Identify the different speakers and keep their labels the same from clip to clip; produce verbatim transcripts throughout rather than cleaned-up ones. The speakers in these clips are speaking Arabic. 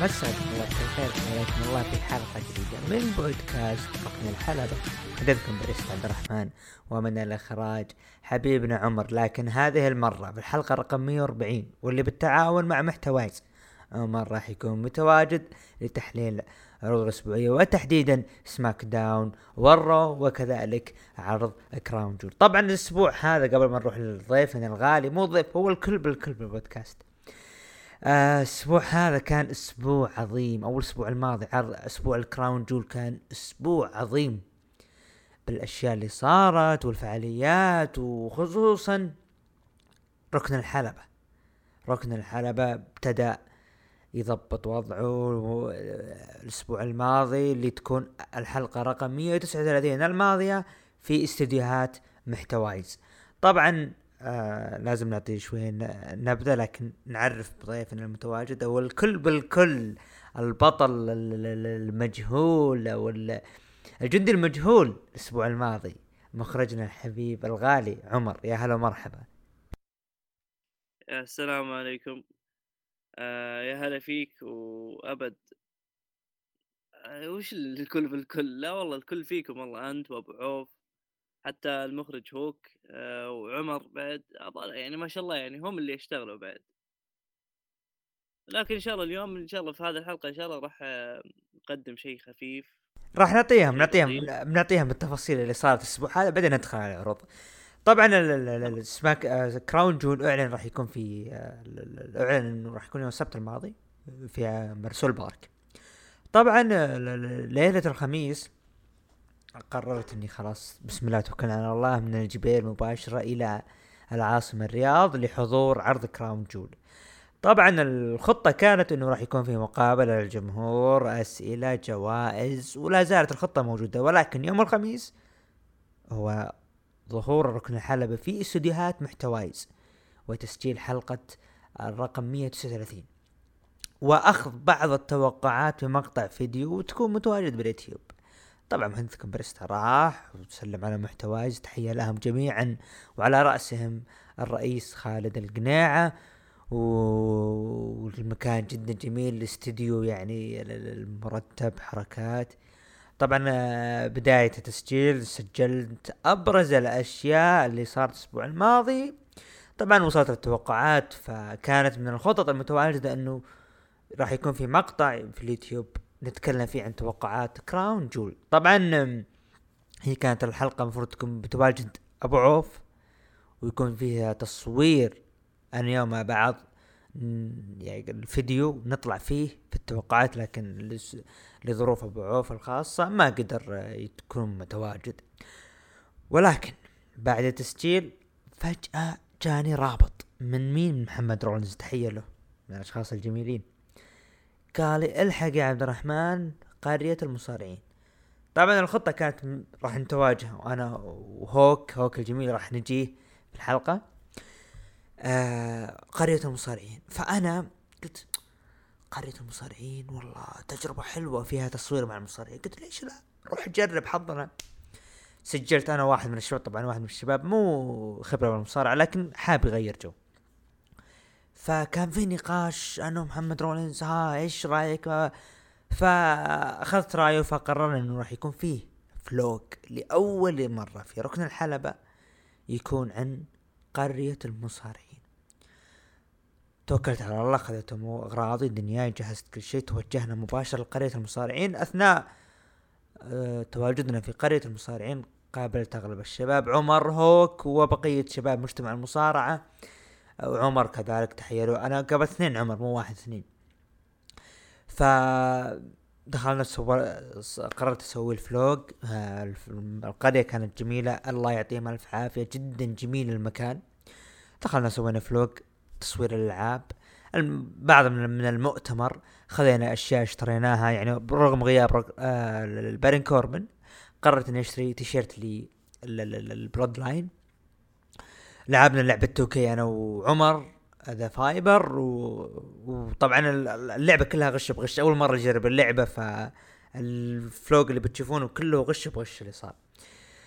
Speaker 1: مساكم الله بالخير وحياكم الله في حلقة جديدة من بودكاست ركن الحلبة. حدثكم بريست عبد الرحمن ومن الإخراج حبيبنا عمر، لكن هذه المرة بالحلقة رقم مية وأربعين واللي بالتعاون مع محتوايز. عمر راح يكون متواجد لتحليل عروض الأسبوعية وتحديدا سماك داون والرو وكذلك عرض كراون جول. طبعا الأسبوع هذا قبل ما نروح للضيفنا الغالي، مو ضيف، هو الكل بالكل بالبودكاست. الاسبوع آه هذا كان اسبوع عظيم. اول اسبوع الماضي عرض اسبوع الكراون جول كان اسبوع عظيم بالاشياء اللي صارت والفعاليات، وخصوصا ركن الحلبة. ركن الحلبة ابتدأ يضبط وضعه الاسبوع الماضي اللي تكون الحلقة رقم مية وتسعة وثلاثين الماضية في استديوهات محتوايز. طبعا آه لازم نعطي شوية نبذة، لكن نعرف بضيفنا المتواجد هو الكل بالكل، البطل المجهول او الجندي المجهول الاسبوع الماضي، مخرجنا الحبيب الغالي عمر. يا هلا ومرحبا.
Speaker 2: السلام عليكم. آه يا هلا فيك وابد. آه وش الكل بالكل؟ لا والله الكل فيكم، والله انت وابو عوف، حتى المخرج هوك آه وعمر بعد، يعني ما شاء الله، يعني هم اللي يشتغلوا بعد. لكن ان شاء الله اليوم ان شاء الله في هذه الحلقه ان شاء الله راح نقدم شيء خفيف،
Speaker 1: راح نعطيهم
Speaker 2: شيء
Speaker 1: نعطيهم
Speaker 2: لطيف.
Speaker 1: بنعطيهم التفاصيل اللي صارت الاسبوع هذا، بعدين ندخل على العروض. طبعا السماك كراون جول اعلن راح يكون في اعلن انه راح يكون يوم السبت الماضي في مرسول بارك. طبعا ليله الخميس قررت اني خلاص بسم الله توكلنا على الله من الجبيل مباشره الى العاصمه الرياض لحضور عرض كراون جول. طبعا الخطة كانت انه راح يكون في مقابلة للجمهور، اسئلة، جوائز، ولا زالت الخطة موجودة، ولكن يوم الخميس هو ظهور ركن الحلبة في استديوهات محتوايز وتسجيل حلقة الرقم مية وتسعة وثلاثين واخذ بعض التوقعات في مقطع فيديو وتكون متواجد باليوتيوب. طبعا مهندس كمبرستا راح وسلم على محتوايز، تحية لهم جميعا وعلى رأسهم الرئيس خالد القناعة، والمكان جدا جميل، الاستديو يعني المرتب حركات. طبعا بداية التسجيل سجلت ابرز الاشياء اللي صارت الاسبوع الماضي. طبعا وصلت التوقعات، فكانت من الخطط المتواجدة انه راح يكون في مقطع في اليوتيوب نتكلم فيه عن توقعات كراون جول. طبعا هي كانت الحلقة المفروض تكون بتواجد ابو عوف ويكون فيها تصوير انا يوم مع بعض، يعني الفيديو نطلع فيه في التوقعات، لكن لظروف ابو عوف الخاصة ما قدر يكون متواجد. ولكن بعد التسجيل فجأة جاني رابط من مين؟ من محمد رولنز، تحية له، من الاشخاص الجميلين. قال الحق يا عبد الرحمن قرية المصارعين. طبعا الخطة كانت راح نتواجه وانا وهوك هوك الجميل راح نجيه في الحلقة آه قرية المصارعين. فانا قلت قرية المصارعين والله تجربة حلوة فيها تصوير مع المصارعين، قلت ليش لا روح جرب حظنا. سجلت انا واحد من الشباب، طبعا واحد من الشباب مو خبرة بالمصارعة لكن حاب يغير جو، فكان في نقاش انا ومحمد رولينز، ها ايش رايك؟ فاخذت رايه، فقررنا انه راح يكون فيه فلوج لاول مرة في ركن الحلبة يكون عن قرية المصارعين. توكلت على الله، خذت اغراضي دنياي، جهزت كل شيء، توجهنا مباشرة لقرية المصارعين. اثناء أه تواجدنا في قرية المصارعين قابلت اغلب الشباب، عمر هوك وبقية شباب مجتمع المصارعة، وعمر كذلك تحية له. انا قابلت اثنين عمر مو واحد اثنين. ف دخلنا سو... قررت اسوي الفلوج. القرية كانت جميلة، الله يعطيهم الف عافية، جدا جميل المكان. دخلنا سوينا فلوج تصوير الالعاب، بعض من المؤتمر خذينا اشياء اشتريناها، يعني برغم غياب رق... آه البارين كوربن قررت اني اشتري تيشيرت لي البلود لاين. لعبنا لعبة توكي انا وعمر ذا فايبر و... وطبعا اللعبة كلها غش بغش، اول مرة اجرب اللعبة، فالفلوج اللي بتشوفونه كله غش بغش اللي صار.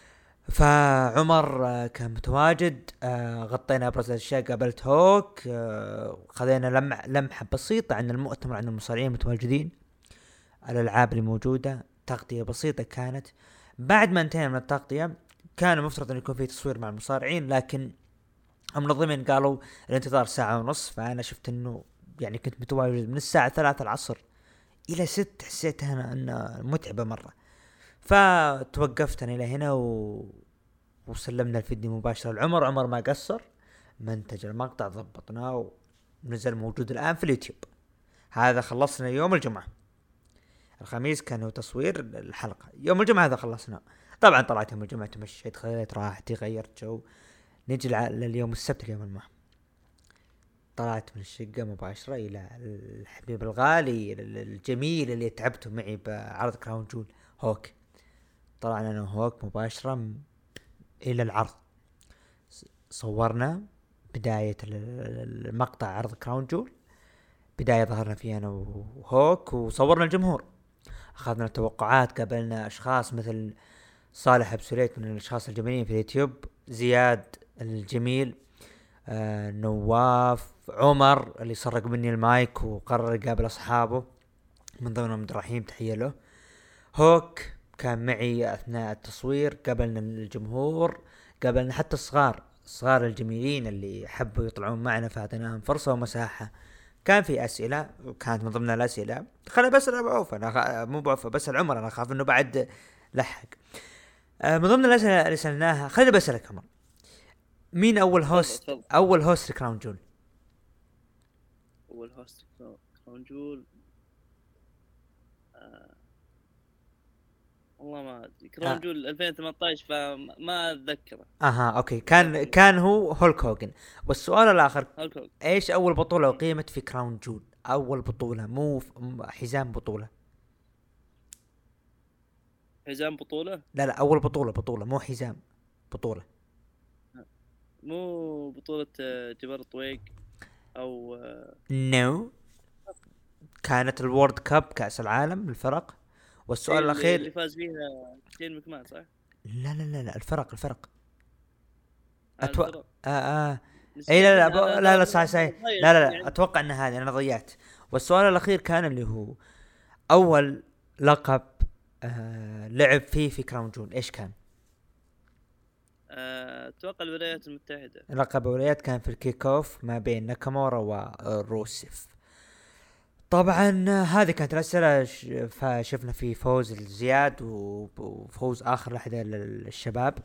Speaker 1: فعمر آه، كان متواجد. آه، غطينا ابرز الاشياء، قابلت هوك، آه، خذينا لمح لمحه بسيطه عن المؤتمر، عن المصارعين المتواجدين، الالعاب اللي موجوده، تغطيه بسيطه كانت. بعد ما انتهينا من التغطيه كان المفترض ان يكون في تصوير مع المصارعين، لكن المنظمين قالوا الانتظار ساعه ونص. فانا شفت انه يعني كنت متواجد من الساعه ثلاثة العصر الى ست، حسيت انا انها متعبه مره. فتوقفت انا الى هنا و... وسلمنا الفيديو مباشره لعمر. عمر ما قصر، منتج المقطع ضبطناه ونزل، موجود الان في اليوتيوب. هذا خلصنا يوم الجمعه. الخميس كان هو تصوير الحلقه، يوم الجمعه هذا خلصنا. طبعا طلعت يوم الجمعه، تمشيت، خذيت راحتي، غيرت جو. نجي لليوم السبت، اليوم المهم طلعت من الشقة مباشرة إلى الحبيب الغالي الجميل اللي تعبته معي بعرض كراون جول، هوك. طلعنا أنا وهوك مباشرة إلى العرض، صورنا بداية المقطع عرض كراون جول، بداية ظهرنا فيها أنا وهوك، وصورنا الجمهور، أخذنا التوقعات، قابلنا أشخاص مثل صالح أبو سليت من الأشخاص الجميلين في اليوتيوب، زياد الجميل، آه نواف، عمر اللي سرق مني المايك وقرر يقابل أصحابه، من ضمنهم عبد الرحيم، تحية له. هوك كان معي أثناء التصوير، قابلنا الجمهور، قابلنا حتى الصغار، الصغار الجميلين اللي حبوا يطلعون معنا، فأعطيناهم فرصة ومساحة. كان في أسئلة، وكانت من ضمن الأسئلة، خلنا بسأل أبو عوف، أنا خ... مو بعوف، بسأل عمر، أنا أخاف إنه بعد لحق. آه من ضمن الأسئلة اللي سألناها، خليني بسألك عمر، مين أول هوست أول هوست كراون جول؟
Speaker 2: أول هوست كراون جول آه. والله ما أدري، كراون جول ألفين وثمانية عشر فما أتذكره.
Speaker 1: اها اوكي، كان كان هو هولك هوجن. والسؤال الاخر،
Speaker 2: هولك.
Speaker 1: ايش اول بطولة اقيمت في كراون جول؟ اول بطولة، مو حزام بطولة.
Speaker 2: حزام بطولة؟
Speaker 1: لا لا، اول بطولة، بطولة مو حزام، بطولة.
Speaker 2: مو بطولة جبر طويق او
Speaker 1: نو no. كانت الورد كاب، كأس العالم للفرق. والسؤال
Speaker 2: اللي
Speaker 1: الاخير
Speaker 2: اللي فاز فيها شين مكمان، صح؟
Speaker 1: لا لا لا لا، الفرق الفرق
Speaker 2: أتو...
Speaker 1: اتوقع آه آه. اي لا لا لا لا, لا صحيح صحيح، لا لا, لا اتوقع ان هذه انا ضيعت. والسؤال الاخير كان اللي هو اول لقب آه لعب فيه في كراون جول، ايش كان؟
Speaker 2: اتوقع الولايات المتحدة.
Speaker 1: لقب الولايات كان في الكيك اوف ما بين ناكامورا وروسيف. طبعا هذه كانت الأسئلة، فشفنا في فوز الزياد وفوز آخر لأحد الشباب،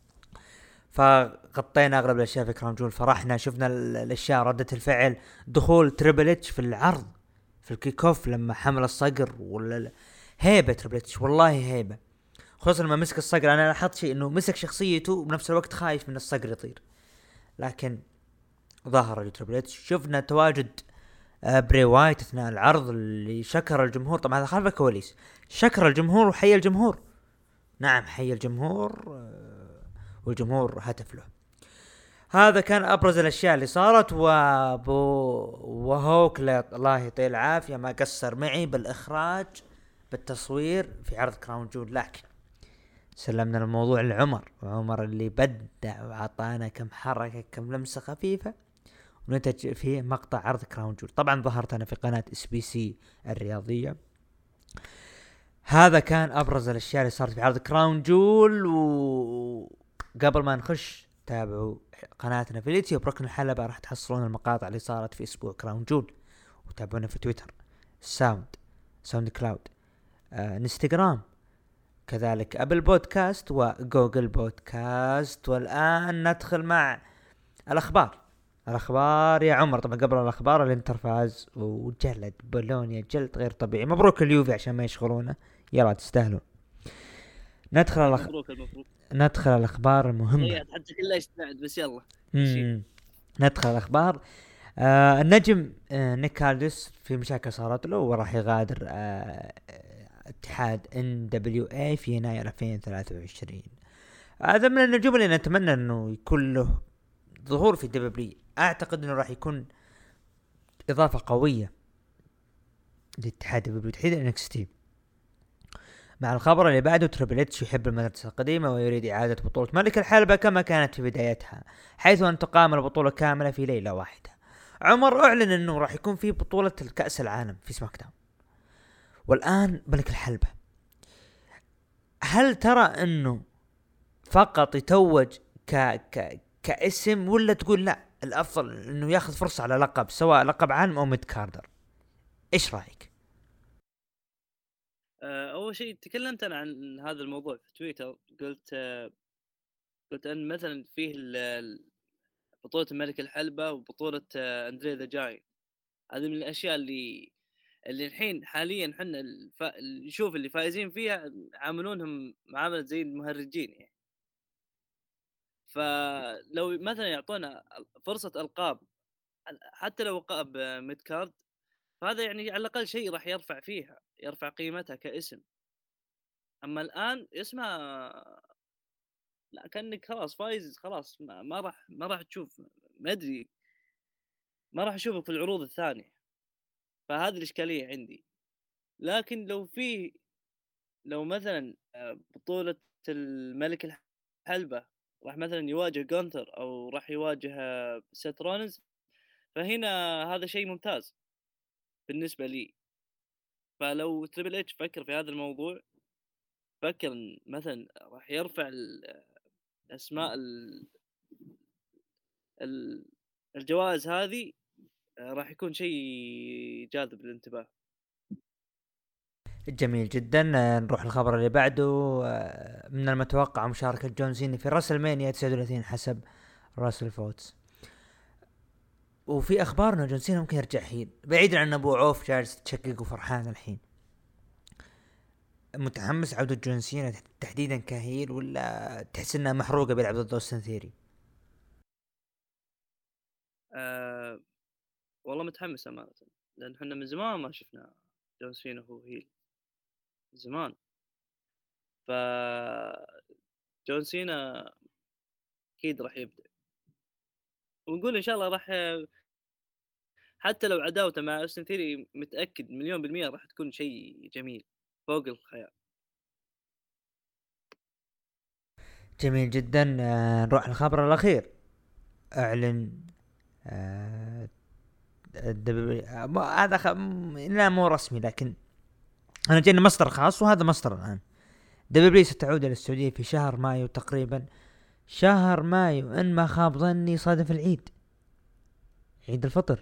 Speaker 1: فغطينا أغلب الأشياء في كراون جول. فرحنا، شفنا الأشياء، ردة الفعل، دخول تريبل اتش في العرض في الكيك اوف لما حمل الصقر، ولا هيبة تريبل اتش، والله هيبة، خصوصا لما مسك الصقر. أنا لاحظت شيء، إنه مسك شخصيته وبنفس الوقت خايف من الصقر يطير، لكن ظهر تريبل اتش. شفنا تواجد بري وايت اثناء العرض اللي شكر الجمهور، طبعا هذا خلف الكواليس، شكر الجمهور وحيا الجمهور. نعم حيا الجمهور، والجمهور هتف له. هذا كان ابرز الاشياء اللي صارت. وابو وهوك الله يعطيه العافيه ما قصر معي بالاخراج بالتصوير في عرض كراون جول، لكن سلمنا الموضوع لعمر، وعمر اللي بدع وعطانا كم حركه، كم لمسه خفيفه، ونتج فيه مقطع عرض كراون جول. طبعا ظهرت انا في قناة اس بي سي الرياضية. هذا كان ابرز الاشياء اللي صارت في عرض كراون جول. وقبل ما نخش، تابعوا قناتنا في اليوتيوب ركن الحلبة، راح تحصلون المقاطع اللي صارت في اسبوع كراون جول. وتابعونا في تويتر، ساوند ساوند كلاود، آه، انستغرام، كذلك ابل بودكاست وجوجل بودكاست. والان ندخل مع الاخبار. الاخبار يا عمر، طبعا قبل الاخبار الانتر فاز وجلد بولونيا جلد غير طبيعي، مبروك اليوفي عشان ما يشغلونه، يلا تستاهلون. ندخل الأخ...
Speaker 2: مبروك المفروض
Speaker 1: ندخل الاخبار المهمه،
Speaker 2: حتى كله يستبعد، بس يلا
Speaker 1: ندخل الاخبار. آه النجم آه نيكالدس في مشاكل صارت له، وراح يغادر آه اتحاد ان دبليو اي في يناير ألفين وثلاثة وعشرين. هذا من النجوم اللي نتمنى انه يكون له ظهور في دبليو. اعتقد انه راح يكون اضافة قوية لاتحاد دبليو، تحديدا انكس تي. مع الخبر اللي بعده، تريبل اتش يحب المدرسة القديمة ويريد إعادة بطولة ملك الحلبة كما كانت في بدايتها، حيث أن تقام البطولة كاملة في ليلة واحدة. عمر أعلن أنه راح يكون في بطولة الكأس العالم في سماك داون، والآن ملك الحلبة. هل ترى أنه فقط يتوج ك... ك... كاسم، ولا تقول لا الأفضل أنه ياخذ فرصة على لقب، سواء لقب عالم أو ميد كاردر؟ إيش رأيك؟
Speaker 2: آه، اول شيء تكلمت انا عن هذا الموضوع في تويتر، قلت آه، قلت ان مثلا فيه ال- ال- بطولة الملك الحلبة وبطولة آه، اندري ذا جاي. هذه من الاشياء اللي اللي الحين حاليا احنا الف... نشوف اللي فايزين فيها عاملونهم معاملة زي المهرجين يعني. فلو مثلا يعطونا فرصة القاب، حتى لو القاب ميد كارد، فهذا يعني على الاقل شيء راح يرفع فيها، يرفع قيمتها كاسم. اما الان اسمها لا، كانك خلاص فايز خلاص، ما, ما راح ما راح تشوف، ما ادري، ما راح اشوفك في العروض الثانيه. فهذه الاشكاليه عندي. لكن لو في لو مثلا آه، بطوله الملك الحلبه راح مثلا يواجه جونثر او راح يواجه آه، سيت رولينز، فهنا هذا شيء ممتاز بالنسبه لي. فلو تريبل اتش فكر في هذا الموضوع، فكر إن مثلا راح يرفع ال- اسماء ال- ال- الجوائز هذه، آه، راح يكون شيء جاذب للانتباه.
Speaker 1: جميل جدا. آه، نروح الخبر اللي بعده. آه، من المتوقع مشاركة جون سينا في راسل مانيا تسعة وثلاثين حسب راسل فوتس، وفي اخبار انه جون سينا ممكن يرجع هيل، بعيدا عن ابو عوف جالس تشكك وفرحان الحين. متحمس عودة جون سينا تحديدا كهيل، ولا تحس انها محروقة بيلعب ضد اوستن ثيري؟
Speaker 2: أه والله متحمس امانه، لان احنا من زمان ما شفنا جون سينا هو هيل، زمان. ف جون سينا اكيد راح يبدع، ونقول ان شاء الله راح، حتى لو عداوته مع اوستن ثيري متاكد مليون بالميه راح تكون شيء جميل فوق الخيال.
Speaker 1: جميل جدا. آه نروح الخبر الاخير. اعلن آه الدب- آه، مو- هذا خ... م- لا مو رسمي، لكن انا جاني مصدر خاص وهذا مصدر الان. دبليو ستعود الى السعوديه في شهر مايو تقريبا، شهر مايو ان ما خاب ظني صادف العيد، عيد الفطر.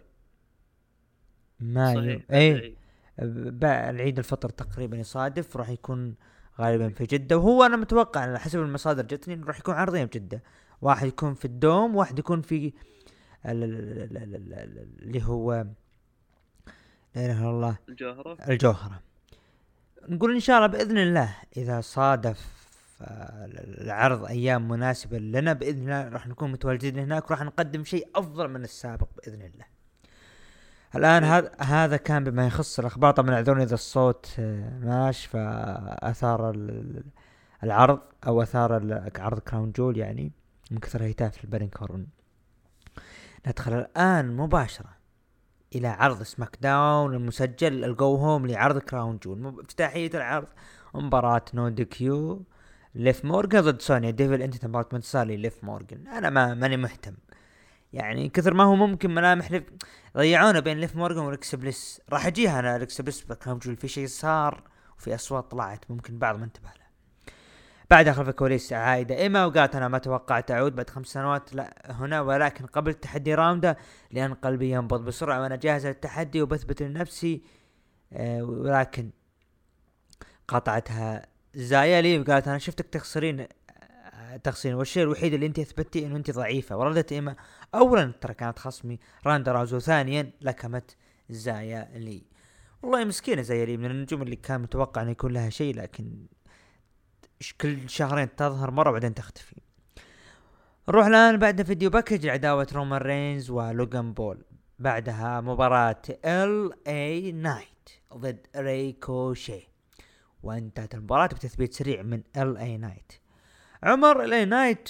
Speaker 1: مايو
Speaker 2: صحيح بعد
Speaker 1: ايه،
Speaker 2: العيد.
Speaker 1: العيد الفطر تقريبا يصادف، راح يكون غالبا في جدة. وهو انا متوقع على حسب المصادر جتني انه راح يكون عرضين في جدة، واحد يكون في الدوم، واحد يكون في ال- ال- ال- ال- ال- ال- اللي هو لا اله الا الله
Speaker 2: الجوهره.
Speaker 1: الجوهرة. نقول ان شاء الله باذن الله اذا صادف آه، العرض ايام مناسبة لنا باذن الله راح نكون متواجدين هناك، وراح نقدم شيء افضل من السابق باذن الله. الان
Speaker 2: بإذن
Speaker 1: هذا
Speaker 2: الله.
Speaker 1: هذا كان بما يخص الاخبار. طبعا اعذروني اذا الصوت آه، ماش فاثار ال- العرض او اثار ال- عرض كراون جول يعني من كثر هيتاف البرينك هورن. ندخل الان مباشرة الى عرض سماك داون المسجل، الجو هوم لعرض كراون جول. مب- افتتاحية العرض مباراة نو دي كيو، ليف مورجان ضد سونيا ديفل. انت تبغى انتصار ليف مورجان، انا ما ماني مهتم يعني كثر ما هو ممكن ملامح لف ضيعونا بين ليف مورجان وريكس بليس. راح اجيها انا ريكس بليس بكراون جول، في شيء صار وفي اصوات طلعت ممكن بعض ما انتبه له. بعد خلف الكواليس عايدة ايما وقالت انا ما توقعت اعود بعد خمس سنوات لا هنا، ولكن قبل تحدي رامدا لان قلبي ينبض بسرعة وانا جاهزة للتحدي وبثبت لنفسي. آه ولكن قاطعتها زايا لي وقالت انا شفتك تخسرين آه، تخسرين، والشيء الوحيد اللي انت اثبتي انه انت ضعيفة. وردت ايما اولا ترى كانت خصمي راندا راوزو، ثانيا لكمت زايا لي. والله مسكينة زايا لي، من النجوم اللي كان متوقع ان يكون لها شيء، لكن كل شهرين تظهر مرة بعدين تختفي. نروح الآن بعد فيديو باكج عداوة رومان رينز ولوغان بول، بعدها مباراة ال اي نايت ضد ريكوشي، وانتهت المباراة بتثبيت سريع من ال اي نايت. عمر، ال اي نايت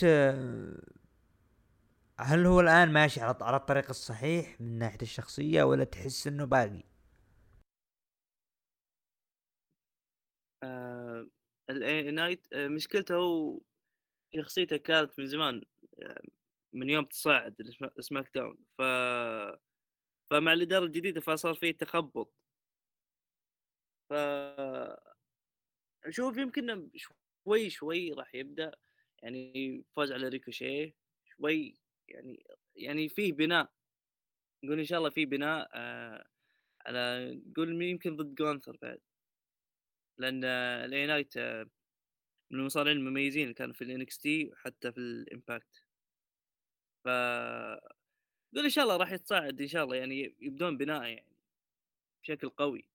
Speaker 1: هل هو الآن ماشي على على الطريق الصحيح من ناحية الشخصية، ولا تحس انه باقي؟
Speaker 2: آه الاي نايت مشكلته هو شخصيته كانت من زمان، آه، من يوم تصاعد السما- سماك داون. ف فمع الإدارة الجديدة فصار فيه تخبط. ف أشوف يمكن شوي شوي راح يبدأ يعني فوز على ريكوشيه شوي، يعني يعني فيه بناء. نقول إن شاء الله فيه بناء آه على نقول يمكن ضد جونثر بعد، لأن الاي نايت من المصارعين المميزين اللي كانوا في الانكس تي وحتى في الامباكت. ف نقول ان شاء الله راح يتصاعد ان شاء الله، يعني يبدون بناء يعني بشكل قوي.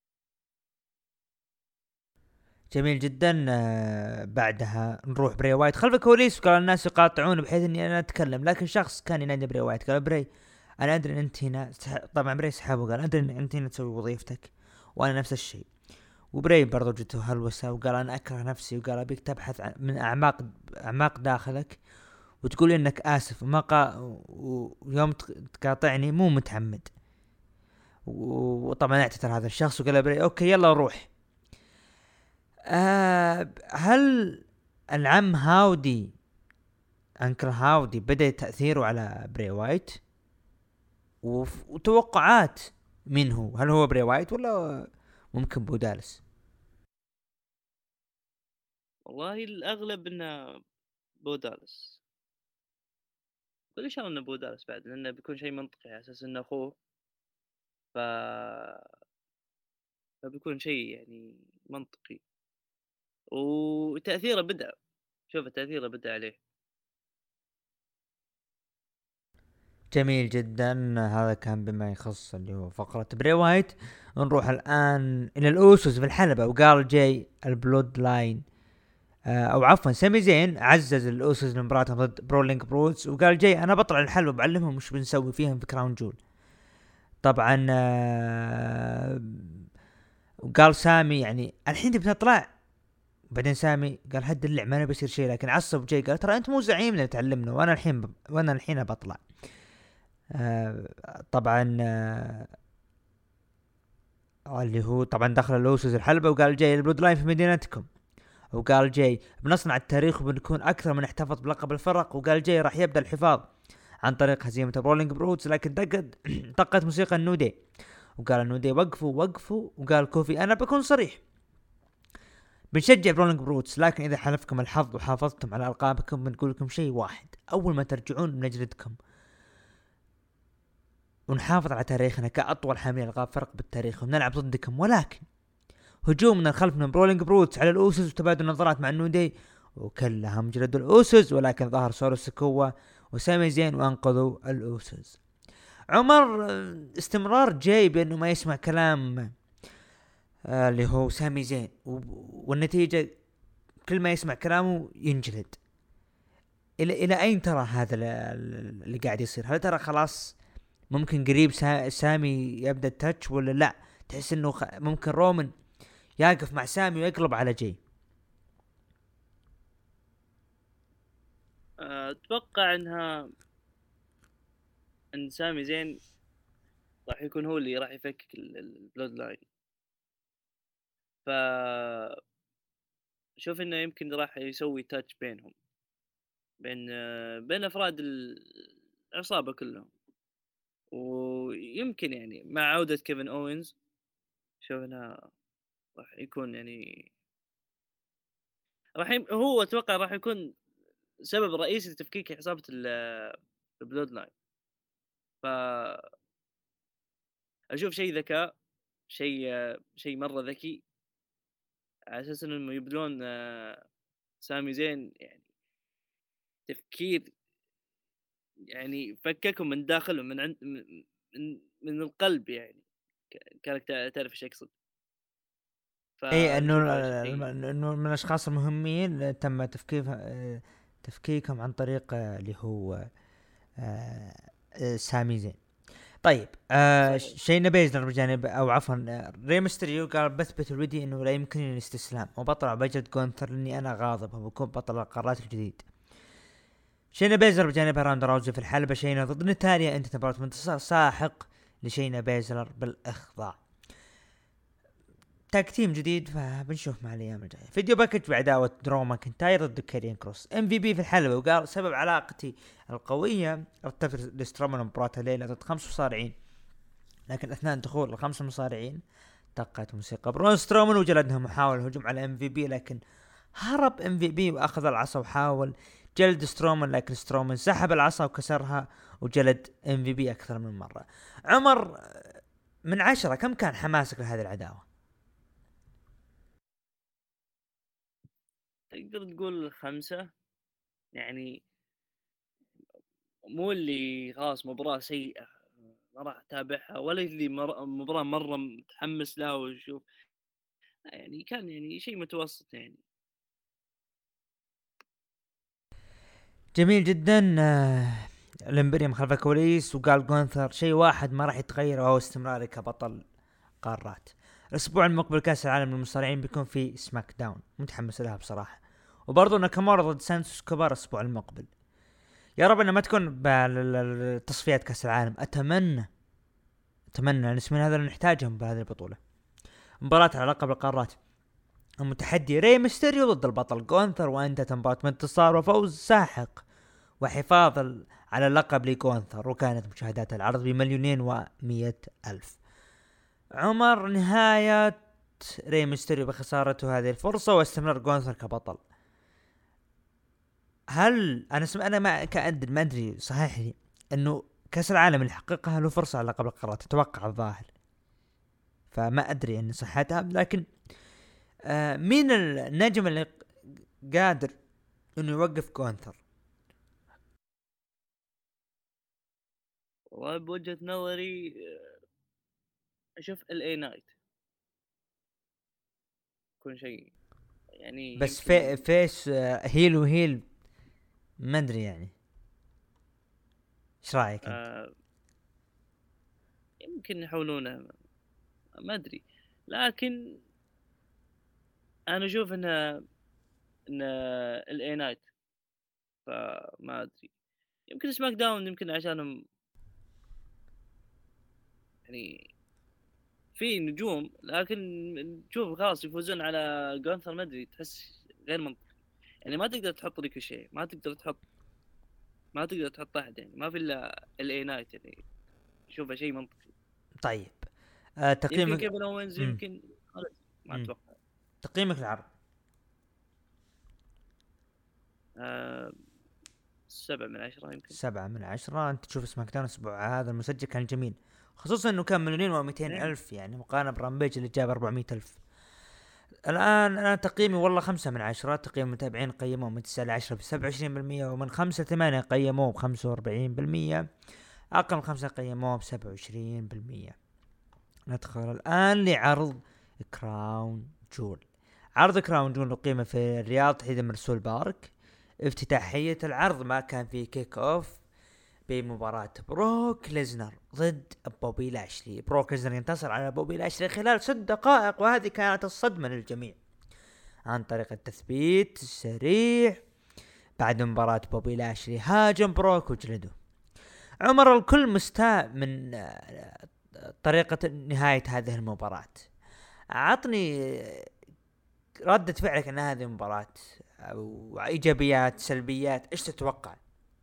Speaker 1: جميل جدا. آه، بعدها نروح بري وايت خلف الكواليس، وقال الناس يقاطعون بحيث اني انا اتكلم، لكن شخص كان ينادي بري وايت قال بري انا ادري ان انت هنا سح... طبعا بري سحبه وقال ادري ان انت هنا تسوي وظيفتك وانا نفس الشيء. وبري برضو جته هلوسه وقال انا اكره نفسي، وقال ابيك تبحث عن من اعماق اعماق داخلك وتقول انك اسف وما قا... ويوم تقاطعني مو متعمد. وطبعا اعتذر هذا الشخص وقال بري اوكي يلا روح. آه هل العم هاودي انكل هاودي بدأ تأثيره على بري وايت؟ وف... وتوقعات منه، هل هو بري وايت ولا ممكن بودالس؟
Speaker 2: والله الاغلب انه بودالس، كل شيء انه بودالس بعد، لانه بيكون شيء منطقي على اساس انه اخوه. ف فبيكون شيء يعني منطقي، وتأثيره بدأ. شوف تأثيره بدأ عليه.
Speaker 1: جميل جدا. هذا كان بما يخص اللي هو فقرة بري وايت. نروح الآن إلى الأوسوس في الحلبة، وقال جاي البلود لاين آه أو عفوا سامي زين عزز الأوسوس لمباراتهم ضد برولينج بروتس، وقال جاي أنا بطلع الحلبة بعلمهم وش بنسوي فيهم في كراون جول. طبعا آه وقال سامي يعني الحين تبي تطلع. بعدين سامي قال هد اللع ما انا بصير شيء، لكن عصب جاي قال ترى انت مو زعيمنا تعلمنا وانا الحين ب... وانا الحين بطلع. آه طبعا آه اللي هو طبعا دخل اللوسوس الحلبة وقال جاي البلود لاين في مدينتكم، وقال جاي بنصنع التاريخ وبنكون اكثر من احتفظ بلقب الفرق، وقال جاي راح يبدا الحفاظ عن طريق هزيمة برولينج بروتس، لكن دقت طقت موسيقى النودي وقال النودي وقفوا وقفوا، وقال كوفي انا بكون صريح بنشجع برولينج بروتس، لكن اذا حلفكم الحظ وحافظتم على القابكم بنقول لكم شيء واحد، اول ما ترجعون بنجلدكم ونحافظ على تاريخنا كاطول حامل القاب فرق بالتاريخ ونلعب ضدكم، ولكن هجوم من الخلف من برولينج بروتس على الاوسوس وتبادل نظرات مع النودي وكلهم جلدوا الاوسوس، ولكن ظهر سورو سكوا وسامي زين وانقذوا الاوسوس. عمر استمرار جاي بانه ما يسمع كلام آه اللي هو سامي زين، والنتيجة كل ما يسمع كلامه ينجلد. الى الى اين ترى هذا اللي قاعد يصير؟ هل ترى خلاص ممكن قريب سامي يبدا التاتش ولا لا؟ تحس انه ممكن رومان يقف مع سامي ويقلب على جاي؟
Speaker 2: اتوقع انها ان سامي زين راح يكون هو اللي راح يفكك البلود لاين. ف شوف انه يمكن راح يسوي تاتش بينهم، بين بين افراد العصابه كلهم، ويمكن يعني مع عوده كيفن اوينز شوف انها راح يكون يعني راح يم... هو اتوقع راح يكون سبب رئيسي لتفكيك عصابه البلود لاين. ف اشوف شيء ذكاء، شيء شيء مره ذكي، على اساس انهم يبدلون سامي زين يعني تفكير، يعني فككهم من داخلهم من عند من من القلب، يعني كانك تعرف ايش اقصد.
Speaker 1: اي انه
Speaker 2: فاشوف هذا شيء.
Speaker 1: انه من الاشخاص المهمين تم تفكيك تفكيكهم عن طريق اللي هو سامي زين. طيب آه شينا بيزلر بجانب او عفوا ري ميستريو قال بثبت الودي انه لا يمكنني الاستسلام وبطلع بجد جونثر لاني انا غاضب وبكون بطل القارات الجديد. شينا بيزلر بجانب راند راوزي في الحلبة شينا ضد نتاليا، انت مباراة منتصر ساحق لشينا بيزلر بالاخضاع. تاك تيم جديد فبنشوف مع الايام الجايه. فيديو باكج بعداوه درو ماكنتاير ضد كارين كروس. ام في بي في الحلبه وقال سبب علاقتي القويه ارتبط لسترومان مباراه الليله ضد خمس مصارعين، لكن اثناء دخول الخمس مصارعين دقت موسيقى برون سترومان وجلدهم وحاول الهجوم على ام في بي، لكن هرب ام في بي واخذ العصا وحاول جلد سترومان، لكن سترومان سحب العصا وكسرها وجلد ام في بي اكثر من مره. عمر من عشرة كم كان حماسك لهذه العداوه؟
Speaker 2: تقدر تقول خمسة، يعني مو اللي خلاص مباراة سيئة ما راح اتابعها، ولا اللي مر... مباراة مرة متحمس لها وشوف، يعني كان يعني شيء متوسط يعني.
Speaker 1: جميل جدا. آه، الامبريوم خلف الكواليس وقال جونثر شيء واحد ما راح يتغير وهو استمراري كبطل قارات. الاسبوع المقبل كاس العالم للمصارعين بيكون في سماك داون، متحمس لها بصراحه. وبرضه ناكامورا ضد سانتوس كوبار الاسبوع المقبل. يا رب انها ما تكون بالتصفيات كاس العالم، اتمنى اتمنى الاسمين هذا اللي نحتاجهم بهذه البطوله. مباراة على لقب القارات، المتحدي ري ميستيريو ضد البطل جونثر، وانتهت مباراة بانتصار وفوز ساحق وحفاظ على اللقب لجونثر، وكانت مشاهدات العرض بمليونين ومية ألف. عمر، نهاية ري ميستيريو بخسارته هذه الفرصة واستمرار جونثر كبطل. هل انا سم... انا ما كأدري ما ادري صحيح لي انه كاس العالم اللي حققها له فرصة على لقب القارات، اتوقع الظاهر، فما ادري ان صحتها، لكن آه مين النجم اللي قادر انه يوقف جونثر؟
Speaker 2: والله بوجهة نظري اشوف ال اي نايت يكون شيء يعني
Speaker 1: بس في
Speaker 2: يمكن.
Speaker 1: فيس آه هيل وهيل ما ادري يعني، ايش رايك انت؟
Speaker 2: آه يمكن يحاولونه ما ادري، لكن انا اشوف ان ان ال اي نايت، فما ادري يمكن سماك داون يمكن عشانهم يعني في نجوم، لكن تشوف خلاص يفوزون على جونثر ما ادري تحس غير منطقي، يعني ما تقدر تحط ريكوشي، ما تقدر تحط ما تقدر تحط احد، يعني ما في الا الاي نايت يعني شوفه شيء منطقي.
Speaker 1: طيب آه
Speaker 2: يمكن
Speaker 1: تقييمك.
Speaker 2: كيفن اوينز
Speaker 1: مم.
Speaker 2: يمكن ما
Speaker 1: مم.
Speaker 2: اتوقع.
Speaker 1: تقييمك العرض؟
Speaker 2: آه سبعة من عشرة يمكن.
Speaker 1: سبعة من عشرة. انت تشوف سماك داون الاسبوع هذا المسجل كان جميل، خصوصا انه كان مليونين ومئتين
Speaker 2: نعم.
Speaker 1: الف، يعني مقارنة برامبيج اللي جاب اربعمية الف. الان انا تقييمي والله خمسة من عشرة. تقييم المتابعين قيموه من تسعة لعشرة بسبعة وعشرين بالمية، ومن خمسة ثمانية قيموه بخمسة واربعين بالمية، اقل من خمسة قيموه بسبعة وعشرين بالمية. ندخل الان لعرض كراون جول. عرض كراون جول اقيم في الرياض حيث مرسول بارك. افتتاحية العرض ما كان فيه كيك اوف بمباراة بروك ليزنر ضد بوبي لاشلي. بروك ليزنر ينتصر على بوبي لاشلي خلال ست دقائق، وهذه كانت الصدمة للجميع عن طريق التثبيت السريع. بعد مباراة بوبي لاشلي هاجم بروك وجلده. عمر، الكل مستاء من طريقة نهاية هذه المباراة. عطني ردة فعلك عن هذه المباراة، او ايجابيات سلبيات، ايش تتوقع؟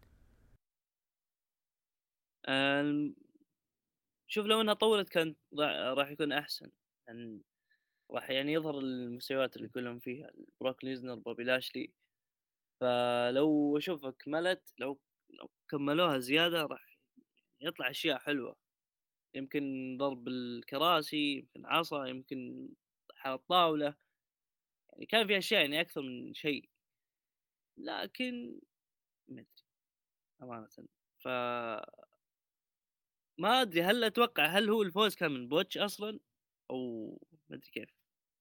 Speaker 2: آه شوف لو انها طولت كان راح يكون احسن، يعني راح يعني يظهر المستويات اللي كلهم فيها بروك ليزنر بوبي لاشلي، فلو اشوف كملت لو لو كملوها زيادة راح يطلع اشياء حلوة، يمكن ضرب الكراسي، يمكن عصا، يمكن على الطاولة، يعني كان في اشياء يعني اكثر من شيء، لكن ما ادري امانة. ف ما ادري هل اتوقع هل هو الفوز كان من بوتش اصلا او ما ادري كيف.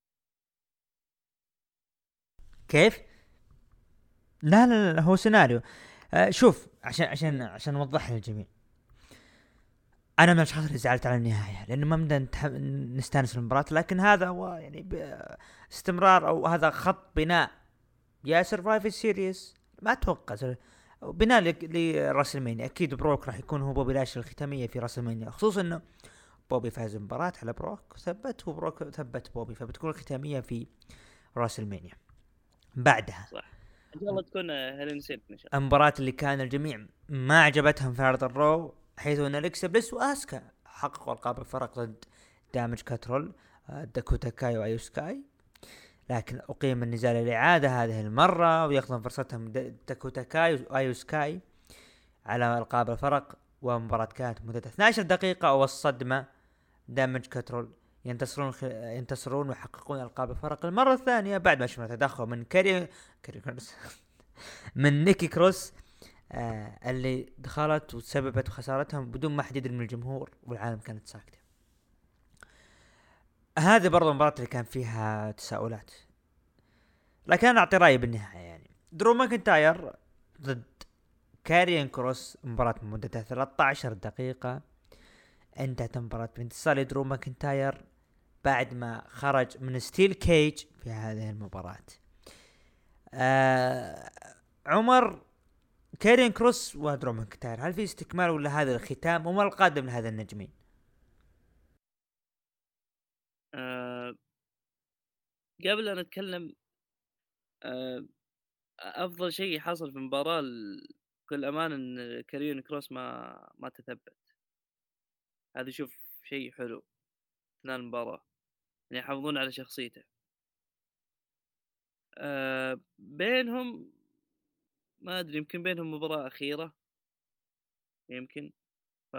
Speaker 1: كيف؟ لا لا لا، هو سيناريو. آه شوف، عشان عشان عشان نوضح للجميع، انا من الاشخاص اللي زعلت على النهايه لانه ما بدنا نتح... نستانس المباراه، لكن هذا هو يعني ب... استمرار، او هذا خط بناء يا سرفايفر سيريس. ما اتوقع سر... بناء ل... لراسلمانيا. اكيد بروك راح يكون هو بوبي لاشلي الختاميه في راسلمانيا، خصوصا انه بوبي فاز المباراة على بروك وثبت، وبروك ثبت بوبي، فبتكون الختامية في راس المانيا. بعدها
Speaker 2: صح، ان شاء الله تكون هيلين سيل ان شاء الله.
Speaker 1: المباراة اللي كان الجميع ما عجبتهم في عرض الرو، حيث ان اليكسا بليس واسكا حققوا القاب الفرق ضد دامج كاترول، داكوتا كاي وايو سكاي، لكن اقيم النزال الاعادة هذه المرة وياخذون فرصتهم داكوتا كاي وايو سكاي على القاب الفرق، ومباراة كانت مدتها اثنتي عشرة دقيقة. والصدمة دامج كاترول ينتصرون خ... ينتصرون ويحققون القاب الفرق المرة الثانية بعد ما شفنا تدخل من كاري كاري كروس من نيكي كروس آه اللي دخلت وسببت خسارتهم بدون ما حديد من الجمهور، والعالم كانت ساكتة. هذه برضو المباراة اللي كان فيها تساؤلات، لكن انا اعطي رايي بالنهاية. يعني درو ماكنتاير ضد كاريان كروس، مباراة مدتها ثلاثة عشر دقيقة، انتهت المباراة بانتصار درو ماكنتاير بعد ما خرج من ستيل كيج في هذه المباراة. آه عمر، كارين كروس ودرو ماكنتاير، هل في استكمال ولا هذا الختام وما القادم لهذا النجمين؟
Speaker 2: أه قبل أن أتكلم، أه أفضل شيء حصل في المباراة بكل أمان إن كارين كروس ما ما تثبت. هذا شوف شيء حلو أثناء المباراة، يعني يحافظون على شخصيته. أه بينهم ما أدري، يمكن بينهم مباراة أخيرة يمكن، ف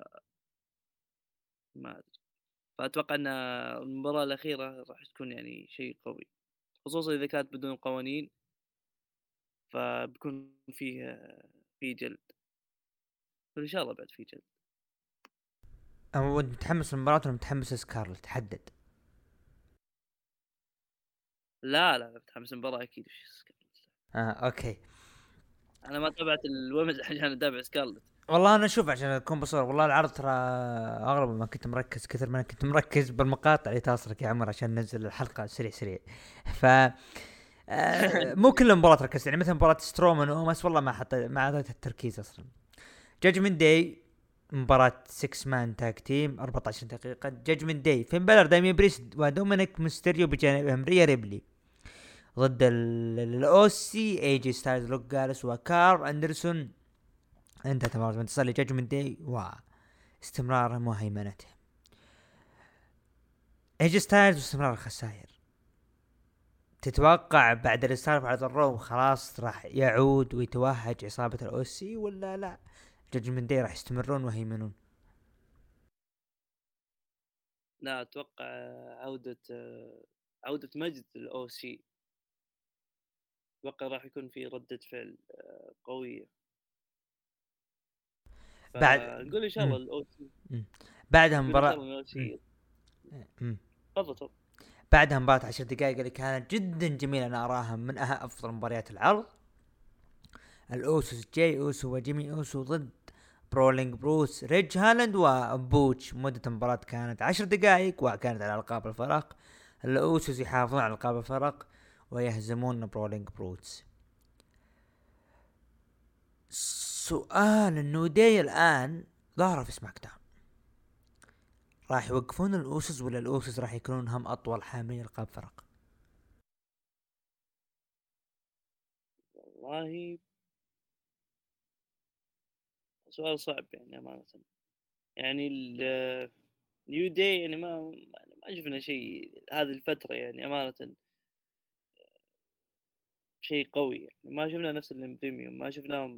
Speaker 2: ما أدري. فأتوقع أن المباراة الأخيرة راح تكون يعني شيء قوي، خصوصا إذا كانت بدون قوانين، فبكون فيه فيه جلد، فإن شاء الله بعد فيه جلد.
Speaker 1: أو متحمس للمباراة ولا متحمس سكارلت؟ حدد.
Speaker 2: لا لا متحمس المباراة أكيد.
Speaker 1: اه اوكي.
Speaker 2: أنا ما تابعت الومز عشان أتابع سكارلت.
Speaker 1: والله انا اشوف عشان اكون بصور، والله العرض ترى اغلب ما كنت مركز كثر ما كنت مركز بالمقاطع اللي تصلك يا عمر عشان ننزل الحلقة سريع سريع. ف آه مو كل المباراة ركزت، يعني مثلا مباراة سترومان وماس والله ما حط ما اعطيت التركيز اصلا. جاجمنت داي مباراة ستة مان تاك تيم أربعة عشر دقيقة. جاجمنت داي فين بلر دايمي بريست ودومينيك ميستيريو بجانب ريا ريبلي ضد الاوسي اي جي ستايلز لوك جالس وكار اندرسون. انتهت مباراة انتصار لجاجمنت داي واستمرار مهيمنته اي جي ستايلز واستمرار الخسائر. تتوقع بعد اللي صار في عرض الرو خلاص راح يعود ويتوهج عصابة الاوسي ولا لا جاجمنت داي راح يستمرون وهيمنون؟
Speaker 2: لا أتوقع عودة عودة مجد الأو سي. أتوقع راح يكون في ردة فعل قوية،
Speaker 1: بعد
Speaker 2: فنقول إن شاء الله
Speaker 1: مم.
Speaker 2: الأو سي.
Speaker 1: مم. بعدها
Speaker 2: نقول إن شاء
Speaker 1: مباراة
Speaker 2: الله الأو
Speaker 1: مم.
Speaker 2: سي.
Speaker 1: مم.
Speaker 2: تفضل تفضل.
Speaker 1: بعدها مباراة عشر دقائق اللي كانت جدا جميلة، انا اراها من أهم افضل مباريات العرض. الاوسوس جاي اوسو وجيمي اوسو ضد برولينج بروس ريج هالاند وبوتش. مدة المباراة كانت عشر دقائق وكانت على القاب الفرق. الاوسوس يحافظون على القاب الفرق ويهزمون برولينج بروس. سؤال انه داي الان ظهر في سماك داون، راح يوقفون الاوسوس ولا الاوسوس راح يكونون هم اطول حاملين القاب فرق؟
Speaker 2: والله سؤال صعب يعني أمانة. يعني النيو داي يعني ما ما شفنا شيء هذه الفترة يعني أمانة، شيء قوي يعني. ما شفنا نفس الامبريميوم، ما شفناهم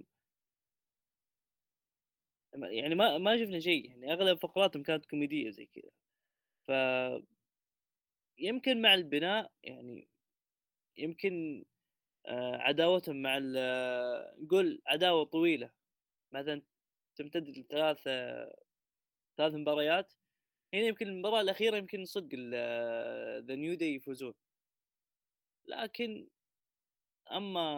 Speaker 2: يعني، ما ما شفنا شيء يعني. اغلب فقراتهم كانت كوميديه زي كذا، ف يمكن مع البناء يعني، يمكن آه، عداوتهم مع ال- آه، نقول عداوه طويله مثلا تمتد لثلاث آه، ثلاث مباريات. هنا يمكن المباراه الاخيره يمكن صدق ذا نيو داي يفوزون، لكن اما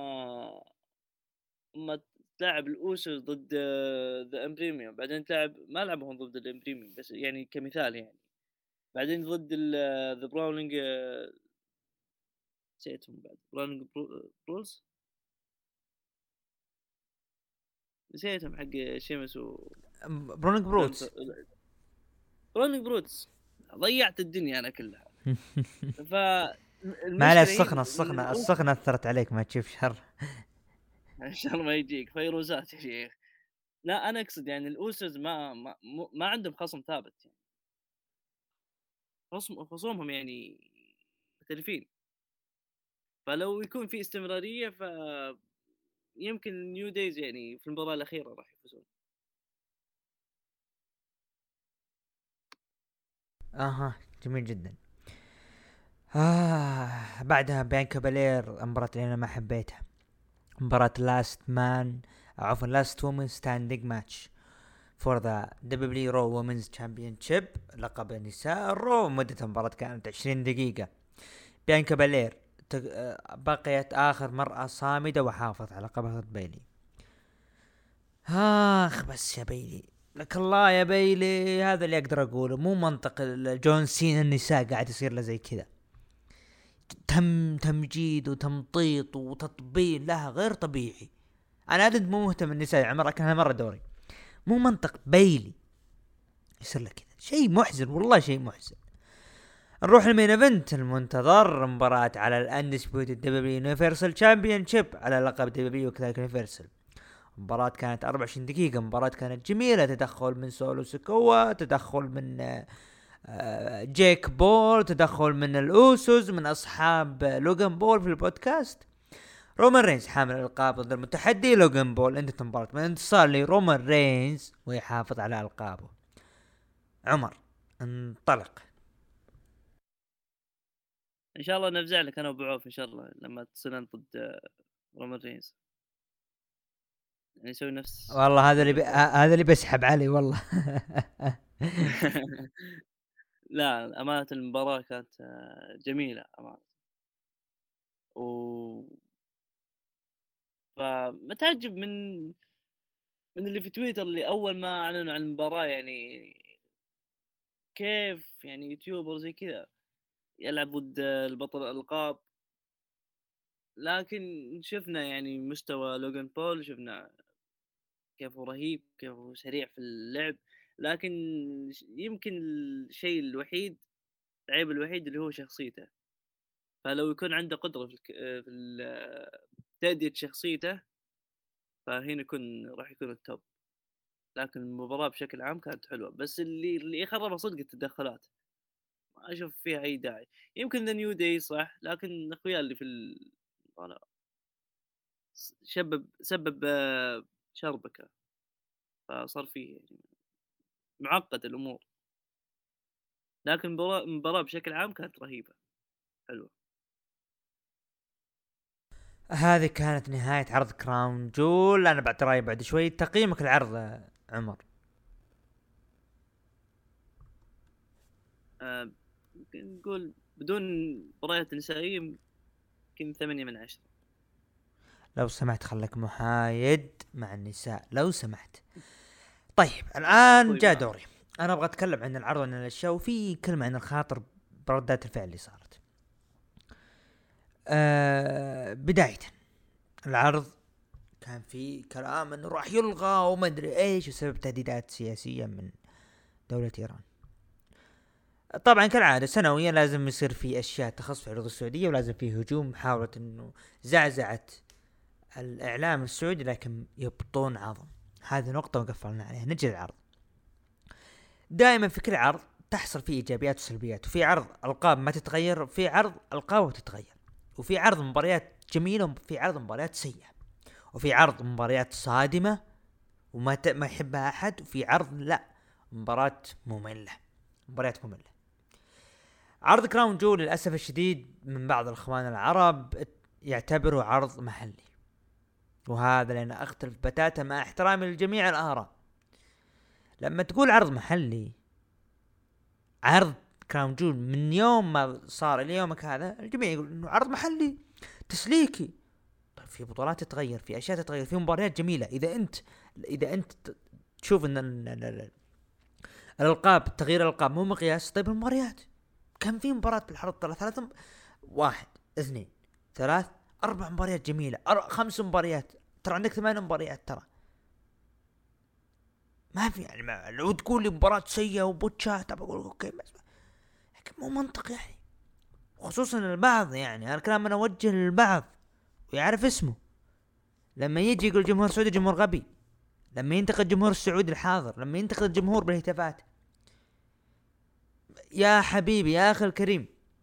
Speaker 2: اما تلعب الاوسوس ضد ذا امبريميوم، بعدين تلعب ما لعبهم ضد الامبريميوم بس يعني كمثال يعني، بعدين ضد ذا براونينج نسيتهم بعد براونينج برولز، نسيتهم حق شيمس و
Speaker 1: برونيك بروتس.
Speaker 2: جانسر. برونيك برودز ضيعت الدنيا انا كلها. ف
Speaker 1: ما عليه السخنة السخنة السخنة أثرت عليك ما تشوف شر.
Speaker 2: ان شاء الله ما يجيك فيروزات يا شيخ. لا انا اقصد يعني الاوسز ما ما, ما عندهم خصم ثابت يعني. خصم خصومهم يعني مختلفين. فلو يكون في استمرارية ف يمكن نيو دايز يعني في المباراة الأخيرة راح يفوزون.
Speaker 1: اها جميل جدا. آه بعدها بيانكا بالير، المباراة اللي انا ما حبيتها، مباراة لاست مان عفوا لاست وومن ستاندينج ماتش فور ذا دبليو رو وومنز تشامبيونشيب، لقب النساء الرو. مدة المباراة كانت عشرين دقيقة. بيانكا بالير بقيت آخر مرأة صامدة وحافظت على لقبها ضد بيلي. آخ بس يا بيلي لك الله يا بيلي، هذا اللي أقدر أقوله. مو منطق جون سينا النساء قاعد يصير له زي كذا، تم تمجيد وتمطيط وتطبيل لها غير طبيعي. أنا أدري مو مهتم النساء يا عمر، لكن هذا مرة دوري. مو منطق بيلي يصير له كذا، شيء محزن والله شيء محزن. نروح المين ايفنت المنتظر، مباراة على الاندسبيوتد دبليو يونيفرسال تشامبيونشيب على لقب دبليو كذلك يونيفرسال. مباراة كانت أربعة وعشرين دقيقة، مباراة كانت جميلة، تدخل من سولو سيكوا، تدخل من جيك بول، تدخل من الأوسوس، من أصحاب لوغان بول في البودكاست. رومان رينز حامل الألقاب ضد المتحدي لوغان بول، انتهت المباراة من انتصار لرومان رينز ويحافظ على ألقابه. عمر انطلق.
Speaker 2: ان شاء الله نرجع لك انا وابو عوف ان شاء الله لما تصيرن ضد رومان رينز، يعني نسوي نفس
Speaker 1: والله هذا اللي ب... هذا اللي بسحب عليه والله.
Speaker 2: لا أمانة المباراة كانت جميلة أمانة. و فمتعجب من من اللي في تويتر اللي أول ما أعلنوا عن المباراة يعني كيف يعني يوتيوبر زي كذا يلعب ضد البطل الألقاب. لكن شفنا يعني مستوى لوغان بول، شفنا كيف هو رهيب، كيف هو سريع في اللعب. لكن يمكن الشيء الوحيد العيب الوحيد اللي هو شخصيته. فلو يكون عنده قدرة في الك... في تأدية شخصيته فهنا يكون راح يكون التوب. لكن المباراة بشكل عام كانت حلوة، بس اللي اللي يخربها صدق التدخلات، ما أشوف فيها أي داعي. يمكن ذا نيو داي صح، لكن أخويا اللي في المباراة سبب سبب شربكة، فصار فيه يعني معقد الأمور. لكن المباراة بشكل عام كانت رهيبة حلوة.
Speaker 1: هذه كانت نهاية عرض كراون جول. أنا بعد رأيي بعد شوي. تقييمك العرض عمر؟
Speaker 2: آه نقول بدون مباريات نسائية يمكن ثمانية من عشرة.
Speaker 1: لو سمحت خلك محايد مع النساء لو سمحت. طيب الآن جاء دوري، أنا أبغى أتكلم عن العرض وعن الأشياء وفي كلمة عن الخاطر بردات الفعل اللي صارت. أه بداية العرض كان في كلام انه راح يلغى وما ادري ايش بسبب تهديدات سياسية من دولة ايران. طبعا كالعادة سنويا لازم يصير في اشياء تخص في العروض السعودية، ولازم في هجوم محاولة انه زعزعت الاعلام السعودي، لكن يبطون عظم. هذه نقطة وقفلنا عليها. نجي للعرض. دائما في كل عرض تحصل فيه ايجابيات وسلبيات، وفي عرض القاب ما تتغير، وفي عرض القاب تتغير، وفي عرض مباريات جميلة، وفي عرض مباريات سيئة، وفي عرض مباريات صادمة وما ت... ما يحبها احد، وفي عرض لا مباراة مملة، مباريات مملة. عرض كراون جول للأسف الشديد من بعض الأخوان العرب يعتبره عرض محلي، وهذا لأن أختلف بتاتا مع احترامي لجميع الآراء. لما تقول عرض محلي، عرض كراون جول من يوم ما صار اليومك هذا الجميع يقول إنه عرض محلي تسليكي. طيب في بطولات تتغير، في أشياء تتغير، في مباريات جميلة. إذا أنت إذا أنت تشوف إن الألقاب تغيير الألقاب مو مقياس، طيب المباريات كان في مباراة بالحرب ترى ثلاث واحد اثنين ثلاث أربع مباريات جميلة، أر... خمس مباريات، ترى عندك ثمان مباريات ترى. ما في يعني ما لو تقول لي مباراة سيئة وبوتشات بقول اوكي بس لكن مو منطق يعني. خصوصا البعض يعني هذا الكلام انا اوجه للبعض ويعرف اسمه لما يجي يقول الجمهور السعودي جمهور غبي، لما ينتقد الجمهور السعودي الحاضر، لما ينتقد الجمهور بالهتافات. يا حبيبي يا اخي الكريم،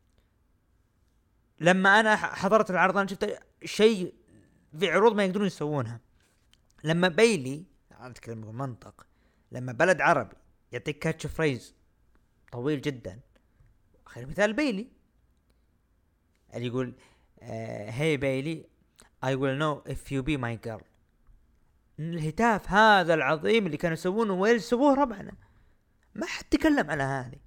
Speaker 1: لما انا حضرت العرض انا شفت شيء في عروض ما يقدرون يسوونها. لما بيلي انا اتكلم بالمنطق، لما بلد عربي يعطيك كاتش فريز طويل جدا، خير مثال بيلي اللي يقول هاي بيلي I will know if you be my girl. الهتاف هذا العظيم اللي كانوا يسوونه ويل سووه ربعنا، ما حد تكلم على هذه.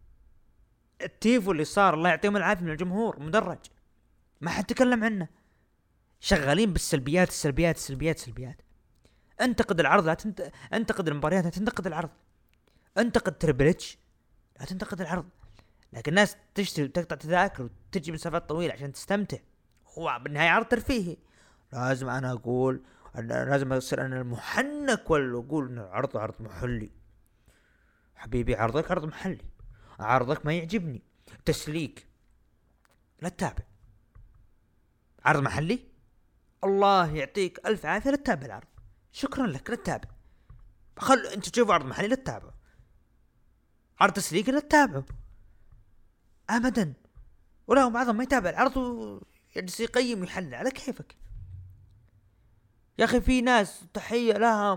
Speaker 1: التيفو اللي صار الله يعطيهم العافية من الجمهور مدرج، ما حد تكلم عنه. شغالين بالسلبيات السلبيات السلبيات السلبيات. انتقد العرض لا تنت... انتقد المباريات لا تنتقد العرض. انتقد تريبلتش لا تنتقد العرض. لكن الناس تشتري وتقطع تذاكر وتجي مسافات طويلة عشان تستمتع. هو بالنهاية عرض ترفيهي. لازم انا اقول أنا لازم اصير انا المحنك ولا اقول ان العرض عرض محلي. حبيبي عرضك عرض محلي، عرضك ما يعجبني تسليك لا تتابع. عرض محلي الله يعطيك الف عافية لا تتابع العرض، شكرا لك لا تتابع. خل انت تشوف عرض محلي لا تتابعه، عرض تسليك لا تتابعه ابدا. ولا بعضهم ما يتابع العرض ويجلس يقيم ويحلل على كيفك. يا اخي في ناس تحية لها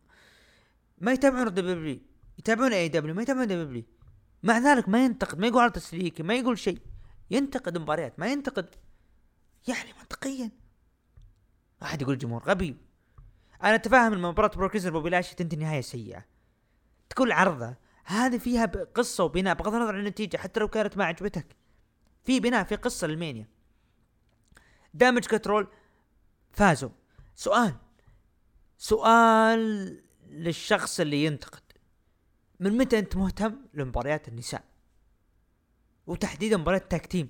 Speaker 1: ما يتابعون دبليو، يتابعون اي دبليو ما يتابعون دبليو، مع ذلك ما ينتقد، ما يقول عرض تسليكي، ما يقول شيء، ينتقد مباريات ما ينتقد. يعني منطقيا واحد يقول جمهور غبي. انا اتفاهم المباراة بروك ليزنر وبوبي لاشلي تنتهي نهاية سيئة، تقول عرضة هذه فيها قصة وبناء بغض النظر عن النتيجة، حتى لو كانت ما عجبتك في بناء في قصة للمانيا. دامج كنترول فازوا. سؤال سؤال للشخص اللي ينتقد، من متى انت مهتم لمباريات النساء وتحديدا مباريات تاكتيم؟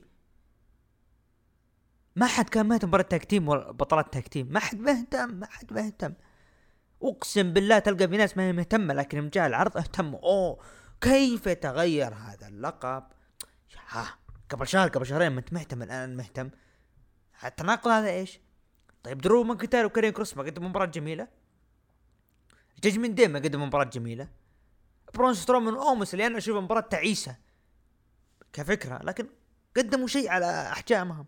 Speaker 1: ما حد كان مهتم مباراة تاكتيم وبطلات تاكتيم، ما حد مهتم ما حد مهتم اقسم بالله. تلقى في ناس ما هي مهتمة لكن يوم جاء العرض اهتموا. اوه كيف تغير هذا اللقب، ها قبل شهر قبل شهرين ما انت مهتم الان مهتم. التناقض هذا ايش؟ طيب درو ماكنتاير وكارين كروس ما قدموا مباراة جميلة، جاجمنت داي ما قدموا مباراة جميلة، برون سترومان واومس اللي انا اشوف مباراة تعيسة كفكرة لكن قدموا شيء على احجامهم.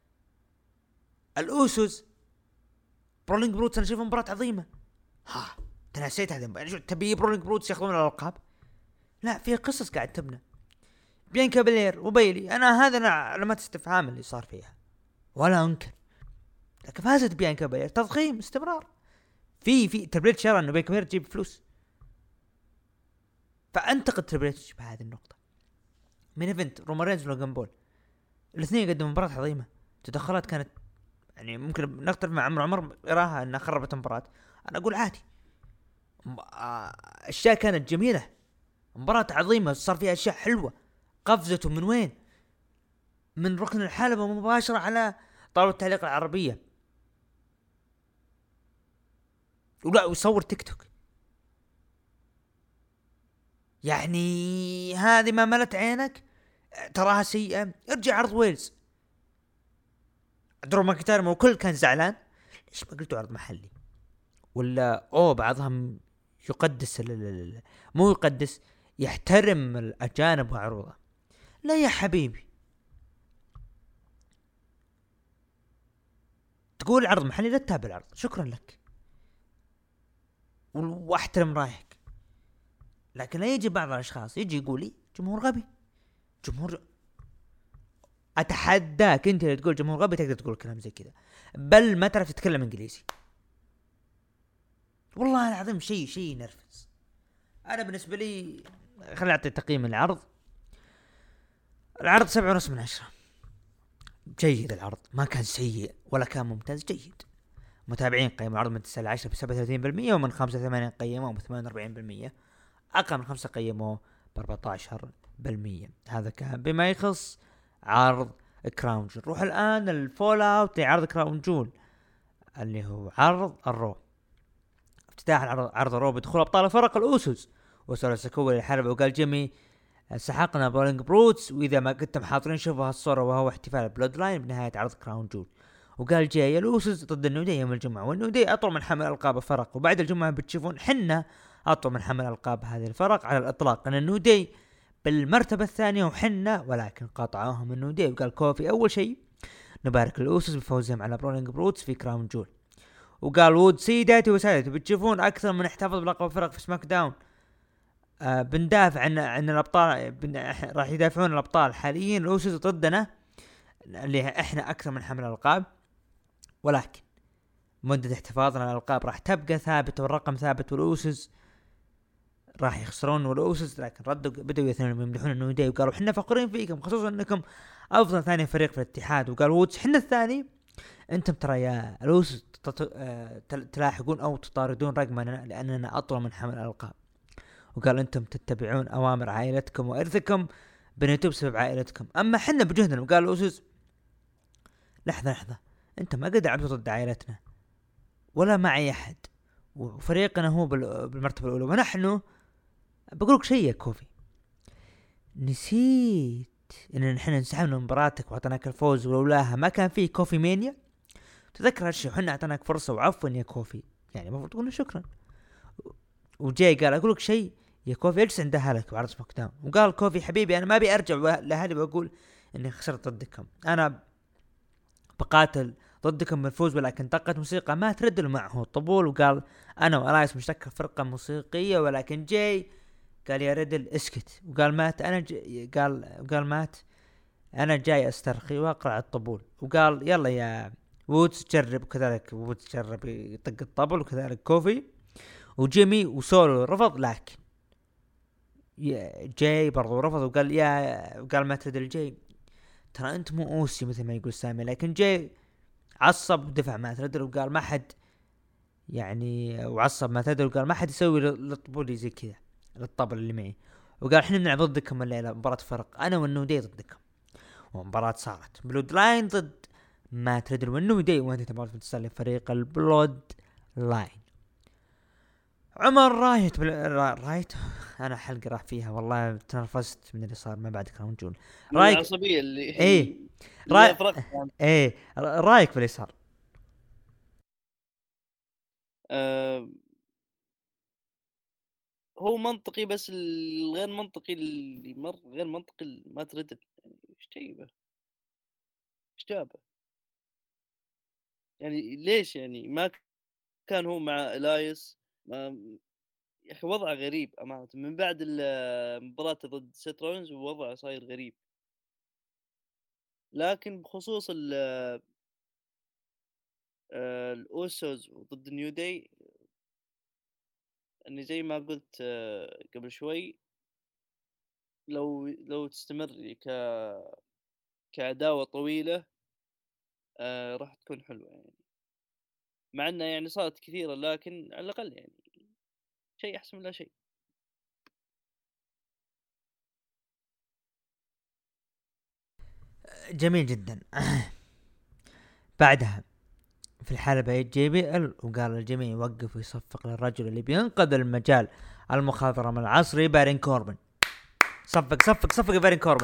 Speaker 1: الاوسوس برولينج بروتس انا اشوف مباراة عظيمة. ها تنسيت هذا يعني تبي برولينج بروتس ياخذون الالقاب؟ لا في قصص قاعد تبنى. بيانكا بلير وبيلي انا هذا انا علامات استفهام اللي صار فيها ولا انكر، لكن فازت بيانكا بلير تضخيم استمرار. في في تربلت شرع انه بيانكا بلير تجيب فلوس، فانتقد تربلت بهذه النقطة. من ايفنت رومارينز ولوغان بول الاثنين قدموا مباراة عظيمة، تدخلات كانت يعني ممكن نختلف مع عمر عمر يراها انها خربت المباراة، انا اقول عادي اشياء كانت جميلة، مباراة عظيمة صار فيها اشياء حلوة. قفزته من وين؟ من ركن الحلبة مباشرة على طاولة التعليق العربية، ولا ويصور تيك توك. يعني هذه ما ملت عينك تراها سيئة؟ ارجع عرض ويلز درو ماكنتاير وكل كان زعلان ليش ما قلتوا عرض محلي؟ ولا اوه بعضهم يقدس مو يقدس يحترم الأجانب وعروضه. لا يا حبيبي، تقول عرض محلي لا تتابع العرض، شكرا لك واحترم رايك. لكن لا يجي بعض الاشخاص يجي يقول لي جمهور غبي. جمهور اتحداك انت اللي تقول جمهور غبي تقدر تقول كلام زي كذا، بل ما تعرف تتكلم انجليزي. والله العظيم شيء شيء نرفز. انا بالنسبه لي خليني اعطي تقييم العرض. العرض سبعة ونص من عشرة، جيد العرض، ما كان سيء ولا كان ممتاز، جيد. متابعين قيموا العرض من تسعة لعشرة بسبعة وثلاثين بالمية، ومن خمسة وثمانين قيموه بثمانية وأربعين بالمية، أقل من خمسة قيموه بأربعة عشر بالمية. هذا كان بما يخص عرض كراون جول. نروح الآن الفول اوت لعرض كراون جول اللي هو عرض الرو. افتتاح العرض عرض رو بدخول ابطال فرق الاوسوس وصل سكوي للحلبة، وقال جيمي سحقنا بولينج بروتس، واذا ما كنتم حاضرين شوفوا هالصورة وهو احتفال بلود لاين بنهاية عرض كراون جول. وقال جاي الاوسوس ضد النودي يوم الجمعة، والنودي اطول من حمل القاب فرق، وبعد الجمعة بتشوفون حنا اطول من حمل القاب هذه الفرق على الاطلاق. ان النودي بالمرتبة الثانية وحنا، ولكن قاطعوهم النودي. وقال كوفي اول شيء نبارك الاوسوس بفوزهم على برولينج بروتس في كراون جول. وقال وود سيداتي وسادتي بتشوفون اكثر من احتفظ بلقب فرق في سماك داون. آه بندافع عن عن الابطال، راح يدافعون الابطال حاليا الاوسوس ضدنا اللي احنا اكثر من حمل الالقاب، ولكن مدة احتفاظنا على الالقاب راح تبقى ثابتة والرقم ثابت، والاوسوس راح يخسرون والاوسوس. لكن ردوا بدأوا يثنون يمدحون النودي وقالوا احنا فخورين فيكم خصوصا انكم افضل ثاني فريق في الاتحاد. وقال وودز احنا الثاني، انتم ترى يا الاوسوس تلاحقون او تطاردون رقمنا لاننا اطول من حمل الالقاب. وقال انتم تتبعون اوامر عائلتكم وارثكم بنيتوا بسبب عائلتكم، اما حنا بجهدنا. وقال الاوسوس لحظه لحظه انتم ما قد لعبتوا ضد عائلتنا ولا مع اي احد، وفريقنا هو بالمرتبه الاولى، ونحن بقولك شيء يا كوفي، نسيت ان نحن انسحبنا من مباراتك واعطيناك الفوز، ولولاها ما كان فيه كوفي مانيا. تذكر هالشيء، وحنا اعطيناك فرصه وعفوا يا كوفي، يعني المفروض تقول شكرا. وجاي قال اقولك شيء يا كوفي، اجلس عند اهلك وعرض سماك داون. وقال كوفي حبيبي انا ما ابي ارجع لاهلي واقول اني خسرت ضدكم، انا بقاتل ضدكم بالفوز، ولكن طاقة موسيقى ما ترد معه الطبول. وقال انا ورايس مشترك فرقة موسيقية، ولكن جاي قال يا ريدل اسكت. وقال مات انا قال قال مات انا جاي استرخي واقرع الطبول. وقال يلا يا وودز جرب، وكذلك وودز جرب يطق الطبل، وكذلك كوفي وجيمي وسولو رفض، لكن جاي برضو رفض. وقال يا وقال ما تدري جاي ترى انت مو اوسي مثل ما يقول سامي، لكن جاي عصب ودفع ما تدري. وقال ما حد يعني وعصب ما تدري، وقال ما حد يسوي للطبول زي كذا للطبل اللي معي. وقال احنا بنلعب ضدكم الليلة مباراة فرق، انا والنودي ضدكم، ومباراة صارت بلود لاين ضد ما تدري والنودي، وانت تبغى تتصل لفريق البلود لاين. عمر رايت بل... رايت انا حلقه راح فيها والله تنرفزت من اللي صار ما بعد كراون جول.
Speaker 2: رايك العصبيه اللي
Speaker 1: ايه رايك ايه رايك باللي صار؟
Speaker 2: أه... هو منطقي، بس الغير منطقي اللي مر غير منطقي ما ترد يعني ايش جايبه ايش جابه يعني ليش يعني ما كان هو مع الايس ما يا اخي وضعه غريب امانه من بعد المباراه ضد سيت رولينز، ووضعه صاير غريب. لكن بخصوص ال الاوسوس ضد نيو داي، اني زي ما قلت قبل شوي، لو لو تستمر ك كعداوه طويله آه راح تكون حلوه يعني، مع انها يعني صارت كثيره، لكن على الاقل يعني شيء احسن من لا شيء.
Speaker 1: جميل جدا. بعدها في الحلبة جي بي ال، وقال الجميع يوقف ويصفق للرجل اللي بينقذ المجال المخضرم العصري بارين كوربن. صفق صفق صفق بارين كوربن.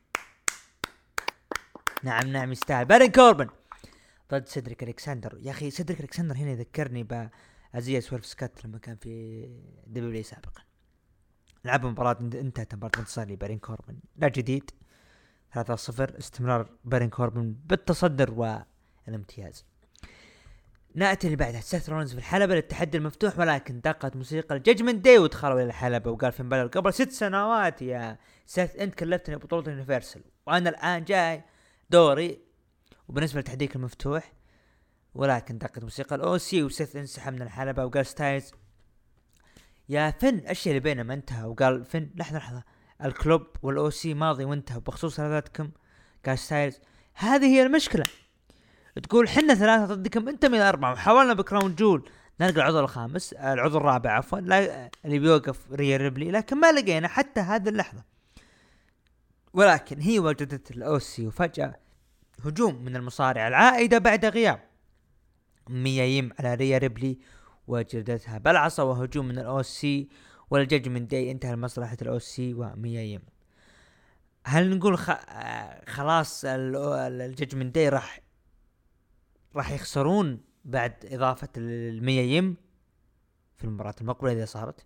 Speaker 1: نعم نعم يستاهل بارين كوربن ضد سيدريك الكسندر. يا اخي سيدريك الكسندر هنا يذكرني بأزيا سويرف سكات لما كان في دبليو سابقا. لعبوا مباراة انتهت مباراة انتصار لبارين كوربن، لا جديد ثلاثة صفر، استمرار بارين كوربن بالتصدر والامتياز. نأتي اللي بعدها سيث رولينز في الحلبة للتحدي المفتوح، ولكن دقت موسيقى الجاجمنت داي ودخلوا إلى الحلبة. وقال فين بالر قبل ست سنوات يا سيث انت كلفتني بطولة يونيفرسال، وانا الان جاي دوري وبالنسبة للتحديك المفتوح. ولكن دقت موسيقى الاو سي وسيث انسحب من الحلبة. وقال ستايلز يا فين الاشياء اللي بيننا ما انتهى. وقال فين لحظة لحظة الكلوب والاو سي ماضي وانتهى بخصوص ثلاثتكم. قال ستايلز هذه هي المشكلة، تقول حنا ثلاثة ضدكم انت من أربعة، وحاولنا بكراون جول نلقى العضو الخامس العضو الرابع عفوا لا اللي بيوقف ريا ريبلي، لكن ما لقينا حتى هذه اللحظة. ولكن هي وجدت الأوسي، وفجأة هجوم من المصارع العائدة بعد غياب ميا يم على ريا ريبلي، وجلدتها بالعصا وهجوم من الاو سي، والجاجمنت داي انتهى لمصلحة الاو سي وميا يم. هل نقول خ... خلاص الجاجمنت داي راح راح يخسرون بعد اضافة الميا يم في المباراة المقبلة اذا صارت؟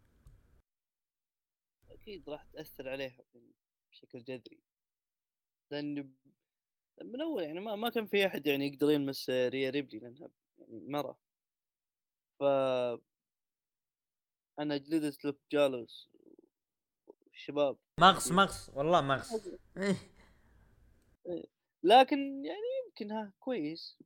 Speaker 2: اكيد راح تاثر عليها بشكل جذري، لان من اول يعني ما ما كان في احد يعني يقدر يلمس ريا ريبلي لانها يعني مره. ف انا جلدت لوك جالوس الشباب
Speaker 1: مغص مغص والله مغص.
Speaker 2: لكن يعني يمكن ها كويس.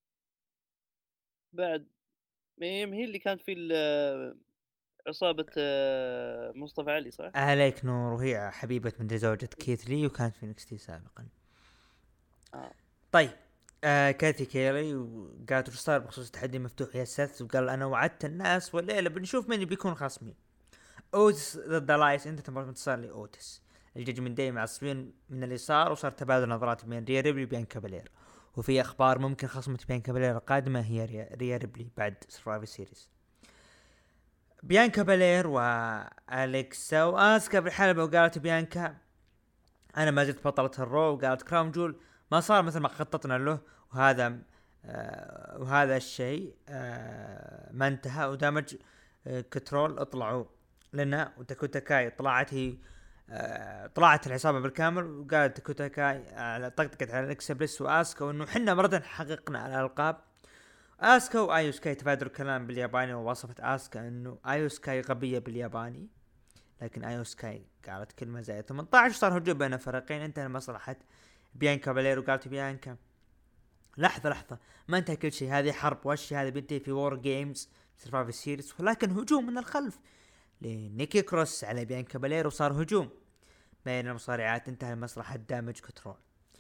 Speaker 2: بعد ميم هي اللي كانت في عصابة مصطفى علي صح؟
Speaker 1: عليك نور، وهي حبيبة من زوجة كيث لي وكانت في نكستي سابقا.
Speaker 2: آه.
Speaker 1: طيب آه كاتي كيري وقالت وش صار بخصوص التحدي مفتوح يا سيث، وقال انا وعدت الناس والليله بنشوف من بيكون خصمي. اوتس ضد الايس، انت تبغى انتصار لاوتس. الججمنت داي معصبين من اليسار، وصار تبادل نظرات بين ريا ريبلي وبين كابالير، وفي اخبار ممكن خصمة بين كابالير القادمه هي ريا, ريا ريبلي بعد سرفايفر سيريز. بيانكا بالير واليكسا واسكا بالحلبة، وقالت بيانكا انا ما زلت بطلة الرو، وقالت كراون جول ما صار مثل ما خططنا له، وهذا آه وهذا الشيء آه ما انتهى، ودامج آه كترول اطلعوا لنا. وداكوتا كاي طلعت هي آه طلعت العصابة بالكامل، وقالت داكوتا كاي على طقطقت على الاكسبريس واسكا وانه حنا مرة حققنا على الالقاب. اسكا وايو سكاي تبادلوا الكلام بالياباني، ووصفت اسكا انه ايو سكاي غبية بالياباني، لكن ايو سكاي قالت كلمة زي ثمانية عشر. صار هجوم بين الفريقين انتهى لمصلحة بيانكا بالير، وقالت بيانكا لحظة لحظة ما انتهى كل شيء، هذه حرب والشيء هذا بينتهي في وور جيمز سرفايفر سيريز، ولكن هجوم من الخلف لنيكي كروس على بيانكا بالير، وصار هجوم بين المصارعات انتهى لمصلحة دامج كنترول.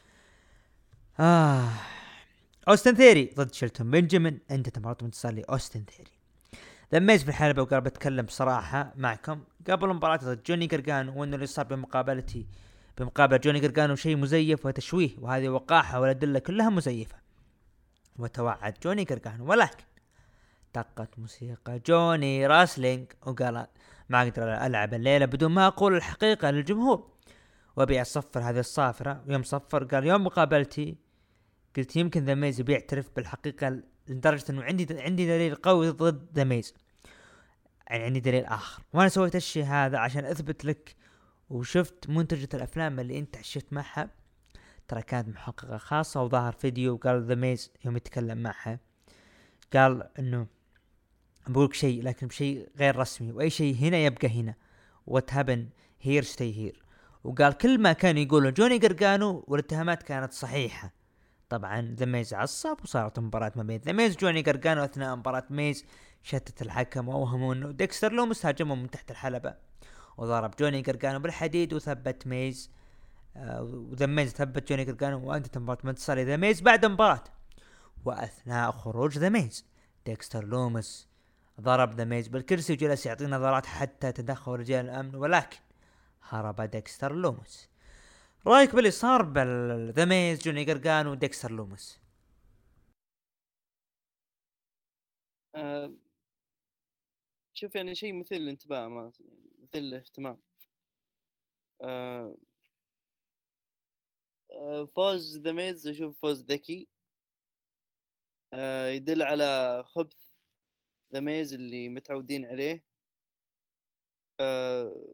Speaker 1: آه اوستن ثيري ضد شيلتون بنجامين، انت تمرت انتصار لاوستن ثيري. لميز في الحلبة وقال بتكلم بصراحة معكم قبل المباراة ضد جوني قرقانو، وانه اللي صار بمقابلتي بمقابلة جوني قرقانو شيء مزيف وتشويه، وهذه وقاحة والأدلة كلها مزيفة. وتوعد جوني قرقانو، ولكن دقت موسيقى جوني راسلينج وقال ما اقدر العب الليلة بدون ما اقول الحقيقة للجمهور، وابي اصفر هذه الصافرة. ويوم صفر قال يوم مقابلتي قلت يمكن ذا ميز بيعترف بالحقيقة، لدرجة انه عندي عندي دليل قوي ضد ذا ميز، يعني عندي دليل اخر، وانا سويت الشيء هذا عشان اثبت لك. وشفت منتجة الافلام اللي انت عشت معها ترى كانت محققة خاصة، وظهر فيديو وقال ذا ميز يوم يتكلم معها قال انه بقولك شيء لكن بشيء غير رسمي، واي شيء هنا يبقى هنا، what happened here stay here. وقال كل ما كان يقوله جوني قرقانو والاتهامات كانت صحيحة. طبعا ذا ميز عصب، وصارت مباراة ما بين ذا ميز جوني قرقانو. اثناء مباراة ميز شتت الحكم واوهموا انه ديكستر لومس هاجمه من تحت الحلبة، وضرب جوني قرقانو بالحديد وثبت ميز آه وذا ميز ثبت جوني قرقانو، وانت مباراة منتصر ذا ميز بعد مباراة. واثناء خروج ذا ميز ديكستر لومس ضرب ذا ميز بالكرسي وجلس يعطي نظرات حتى تدخل رجال الامن، ولكن هرب ديكستر لومس. رايك باللي صار بالذا ميز جوني قرقانو وديكستر لومس؟
Speaker 2: أه شوف يعني شيء مثير للانتباه، ما مثير للاهتمام. أه أه فوز ذا ميز اشوف فوز ذكي، أه يدل على خبث ذا ميز اللي متعودين عليه. أه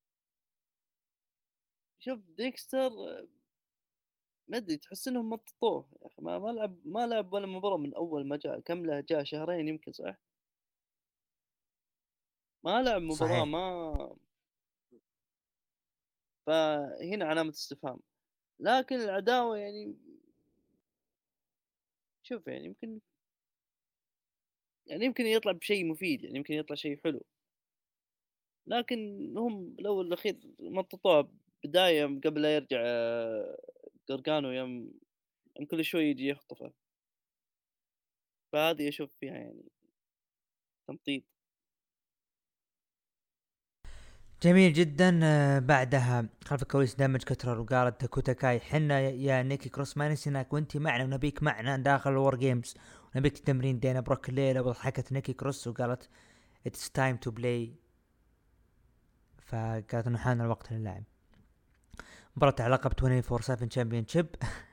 Speaker 2: شوف ديكستر ما ادري تحس انهم مططوه يا اخي، ما ما لعب ما لعب ولا مباراه من اول ما جاء، كم له جاء شهرين يمكن صح، ما لعب مباراه
Speaker 1: صحيح.
Speaker 2: ما. فهنا علامه استفهام. لكن العداوه يعني شوف يعني يمكن يعني يمكن يطلع بشيء مفيد، يعني يمكن يطلع شيء حلو، لكن هم بالاول والاخير مططوها بدايه قبل لا يرجع قرقانو، يوم يوم كل شوي يجي يخطفه. فهذه اشوف فيها يعني تمطيط.
Speaker 1: جميل جدا. آه بعدها خلف الكواليس دامج كترر وقالت داكوتا كاي حنا يا نيكي كروس ما نسيناك وانتي معنا ونبيك معنا داخل الور جيمز، نبيك تمرين دينا بروك الليلة، وضحكت نيكي كروس وقالت it's time to play، فقالت انه حان الوقت للعب. مباراة علاقة ب أربعة وعشرين سبعة تشامبيونشيب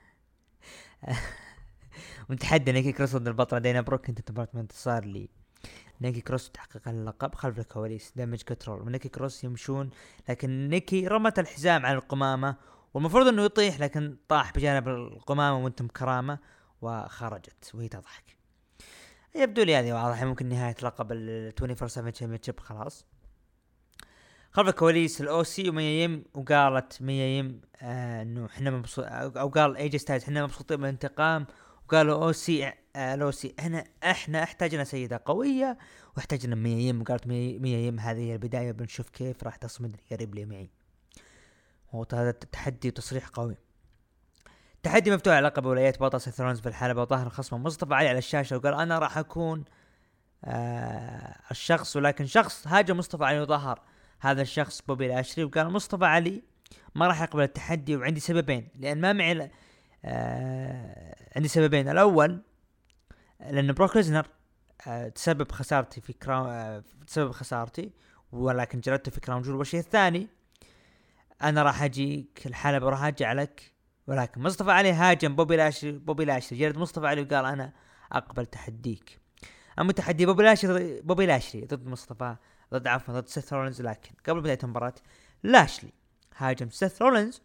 Speaker 1: ومتحدى نيكي كروس ضد البطلة دينا بروك. انت مباراة من انتصار لي نيكي كروس تحقق اللقب خلف الكواليس دامج كنترول، ونيكي كروس يمشون، لكن نيكي رمت الحزام على القمامة والمفروض انه يطيح، لكن طاح بجانب القمامة وانتم كرامة وخرجت وهي تضحك. يبدو لي هذه واضحة، ممكن نهاية لقب ال أربعة وعشرين سبعة تشامبيونشيب خلاص. خلف الكواليس الاوسي وميا يم، وقالت ميا يم آه انه احنا مبسوط، او قال ايجي ستايلز احنا مبسوطين بالانتقام، وقالوا اوسي آه الاوسي احنا احنا احتاجنا سيدة قوية واحتاجنا ميا يم. وقالت ميا يم هذه هي البداية، بنشوف كيف راح تصمد يا ريبلي معي. وهذا التحدي وتصريح قوي. تحدي مفتوح على لقب ولايات بطل سيث رولينز في الحلبة، وظهر خصمه مصطفى علي على الشاشة وقال انا راح اكون آه الشخص، ولكن شخص هاجم مصطفى علي وظهر هذا الشخص بوبي لاشلي، وقال مصطفى علي ما راح يقبل التحدي وعندي سببين، لان ما معي آه عندي سببين. الاول لان بروك ليزنر آه تسبب خسارتي في كراون آه تسبب خسارتي ولكن جلدته في كراون جول. والشيء الثاني انا راح اجيك الحلبة وراح اجي عليك، ولكن مصطفى علي هاجم بوبي لاشلي بوبي لاشلي جلد مصطفى علي وقال انا اقبل تحديك. اما تحدي بوبي لاشلي بوبي لاشلي ضد مصطفى ضد عفوا ضد سيث رولينز، لكن قبل بداية المباراة لاشلي هاجم سيث رولينز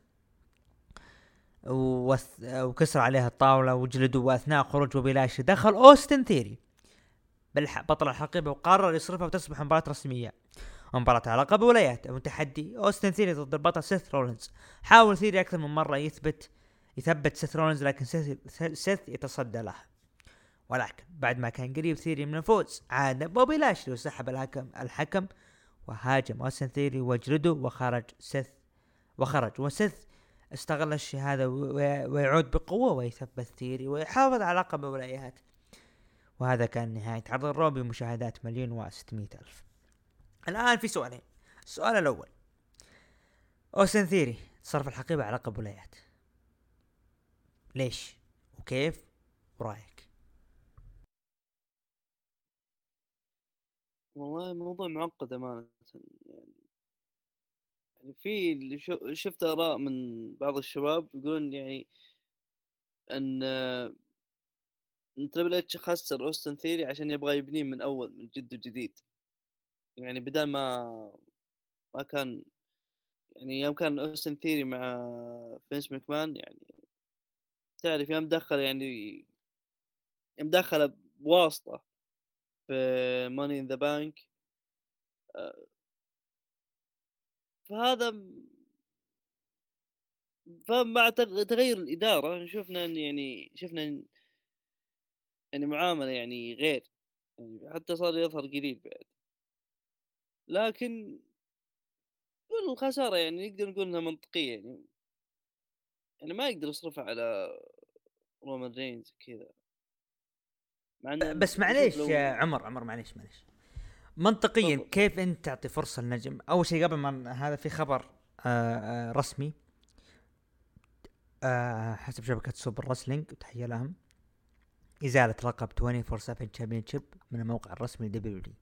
Speaker 1: ووث... وكسر عليها الطاولة وجلده، واثناء خروج بوبي لاشلي دخل اوستن ثيري بالح... بطل الحقيبة وقرر يصرفها وتصبح مباراة رسمية. مباراة على لقب ولايات وتحدي اوستن ثيري ضد البطل سيث رولينز. حاول ثيري اكثر من مرة يثبت يثبت سيث رولينز، لكن سيث, سيث يتصدى له، ولكن بعد ما كان قريب ثيري من الفوز عاد بوبي لاشلي وسحب الحكم الحكم وهاجم اوستن ثيري وجلده، وخرج سيث وخرج وسيث استغل الشيء هذا ويعود بقوة ويثبت ثيري ويحافظ على لقب الولايات. وهذا كان نهاية عرض الرو بمشاهدات مليون وستمائة ألف. الآن في سؤالين. السؤال الأول، اوستن ثيري صرف الحقيبة على لقب ولايات ليش وكيف ورأيك؟
Speaker 2: والله موضوع معقد أمانة. يعني يعني في اللي شفت آراء من بعض الشباب يقولون يعني أن أن تريبل اتش خسر أوستن ثيري عشان يبغى يبنيه من أول من جد وجديد، يعني بدل ما ما كان يعني يوم كان أوستن ثيري مع فينس ماكمان، يعني تعرف يوم دخل يعني يوم دخل بواسطة في ماني ان ذا بانك، فهذا فمع تغير الإدارة شفنا أن يعني شفنا أن يعني معاملة يعني غير، يعني حتى صار يظهر قليل بعد. لكن الخسارة يعني نقدر نقول انها منطقية، يعني يعني ما يقدر يصرفها على رومان رينز كذا، مع ان
Speaker 1: بس
Speaker 2: يعني شوف
Speaker 1: معليش يا
Speaker 2: لو
Speaker 1: عمر عمر معليش معليش منطقيا
Speaker 2: تفضل.
Speaker 1: كيف انت تعطي فرصة للنجم؟ اول شيء قبل ما هذا في خبر آآ آآ رسمي آآ حسب شبكة سوبر رسلينج وتحية لهم، ازالة لقب أربعة وعشرين سبعة تشامبيونشيب من الموقع الرسمي لدبليو دبليو.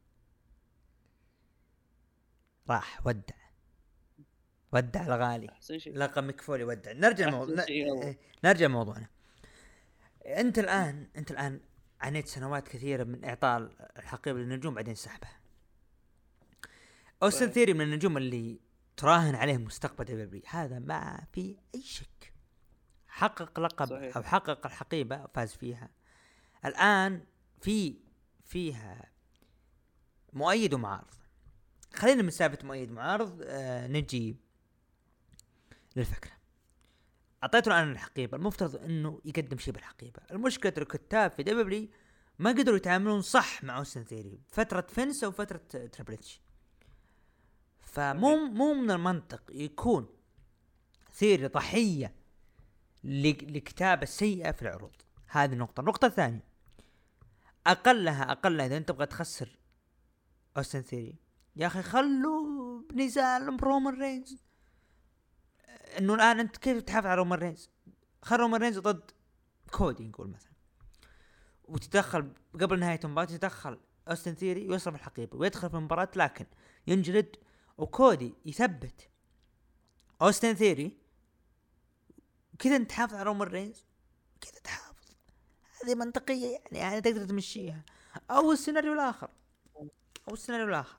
Speaker 1: راح ودع ودع الغالي لقب مكفولي ودع. نرجع موضوع ن... نرجع موضوعنا. انت الان انت الان عانيت سنوات كثيرة من اعطاء الحقيبة للنجوم بعدين سحبها. اوستن ثيري من النجوم اللي تراهن عليه مستقبل دبليو دبليو، هذا ما في اي شك. حقق لقب صحيح. او حقق الحقيبة وفاز فيها. الان في فيها مؤيد ومعارض. خلينا من سالفة مؤيد معارض آه نجي للفكرة. اعطيته الان الحقيبة، المفترض انه يقدم شيء بالحقيبة. المشكلة الكتاب في دبليو دبليو ما قدروا يتعاملون صح مع اوستن ثيري فترة فينس او فترة تريبل اتش. فمو مو من المنطق يكون ثيري ضحية لكتابة سيئة في العروض. هذه النقطة. النقطة الثانية، أقلها أقلها إذا أنت تبغى تخسر أوستن ثيري يا أخي خلوا بنزال رومان رينز. إنه الآن أنت كيف تحافظ على رومان رينز؟ خل رومان رينز ضد كودي نقول مثلا، وتدخل قبل نهاية المباراة، يتدخل أوستن ثيري ويصرف الحقيبة ويدخل في المباراة، لكن ينجلد وكودي يثبت أوستن ثيري كذا. انت تحافظ على رومان رينز كذا، تحافظ. هذه منطقية يعني, يعني تقدر تمشيها. أو السيناريو الآخر أو السيناريو الآخر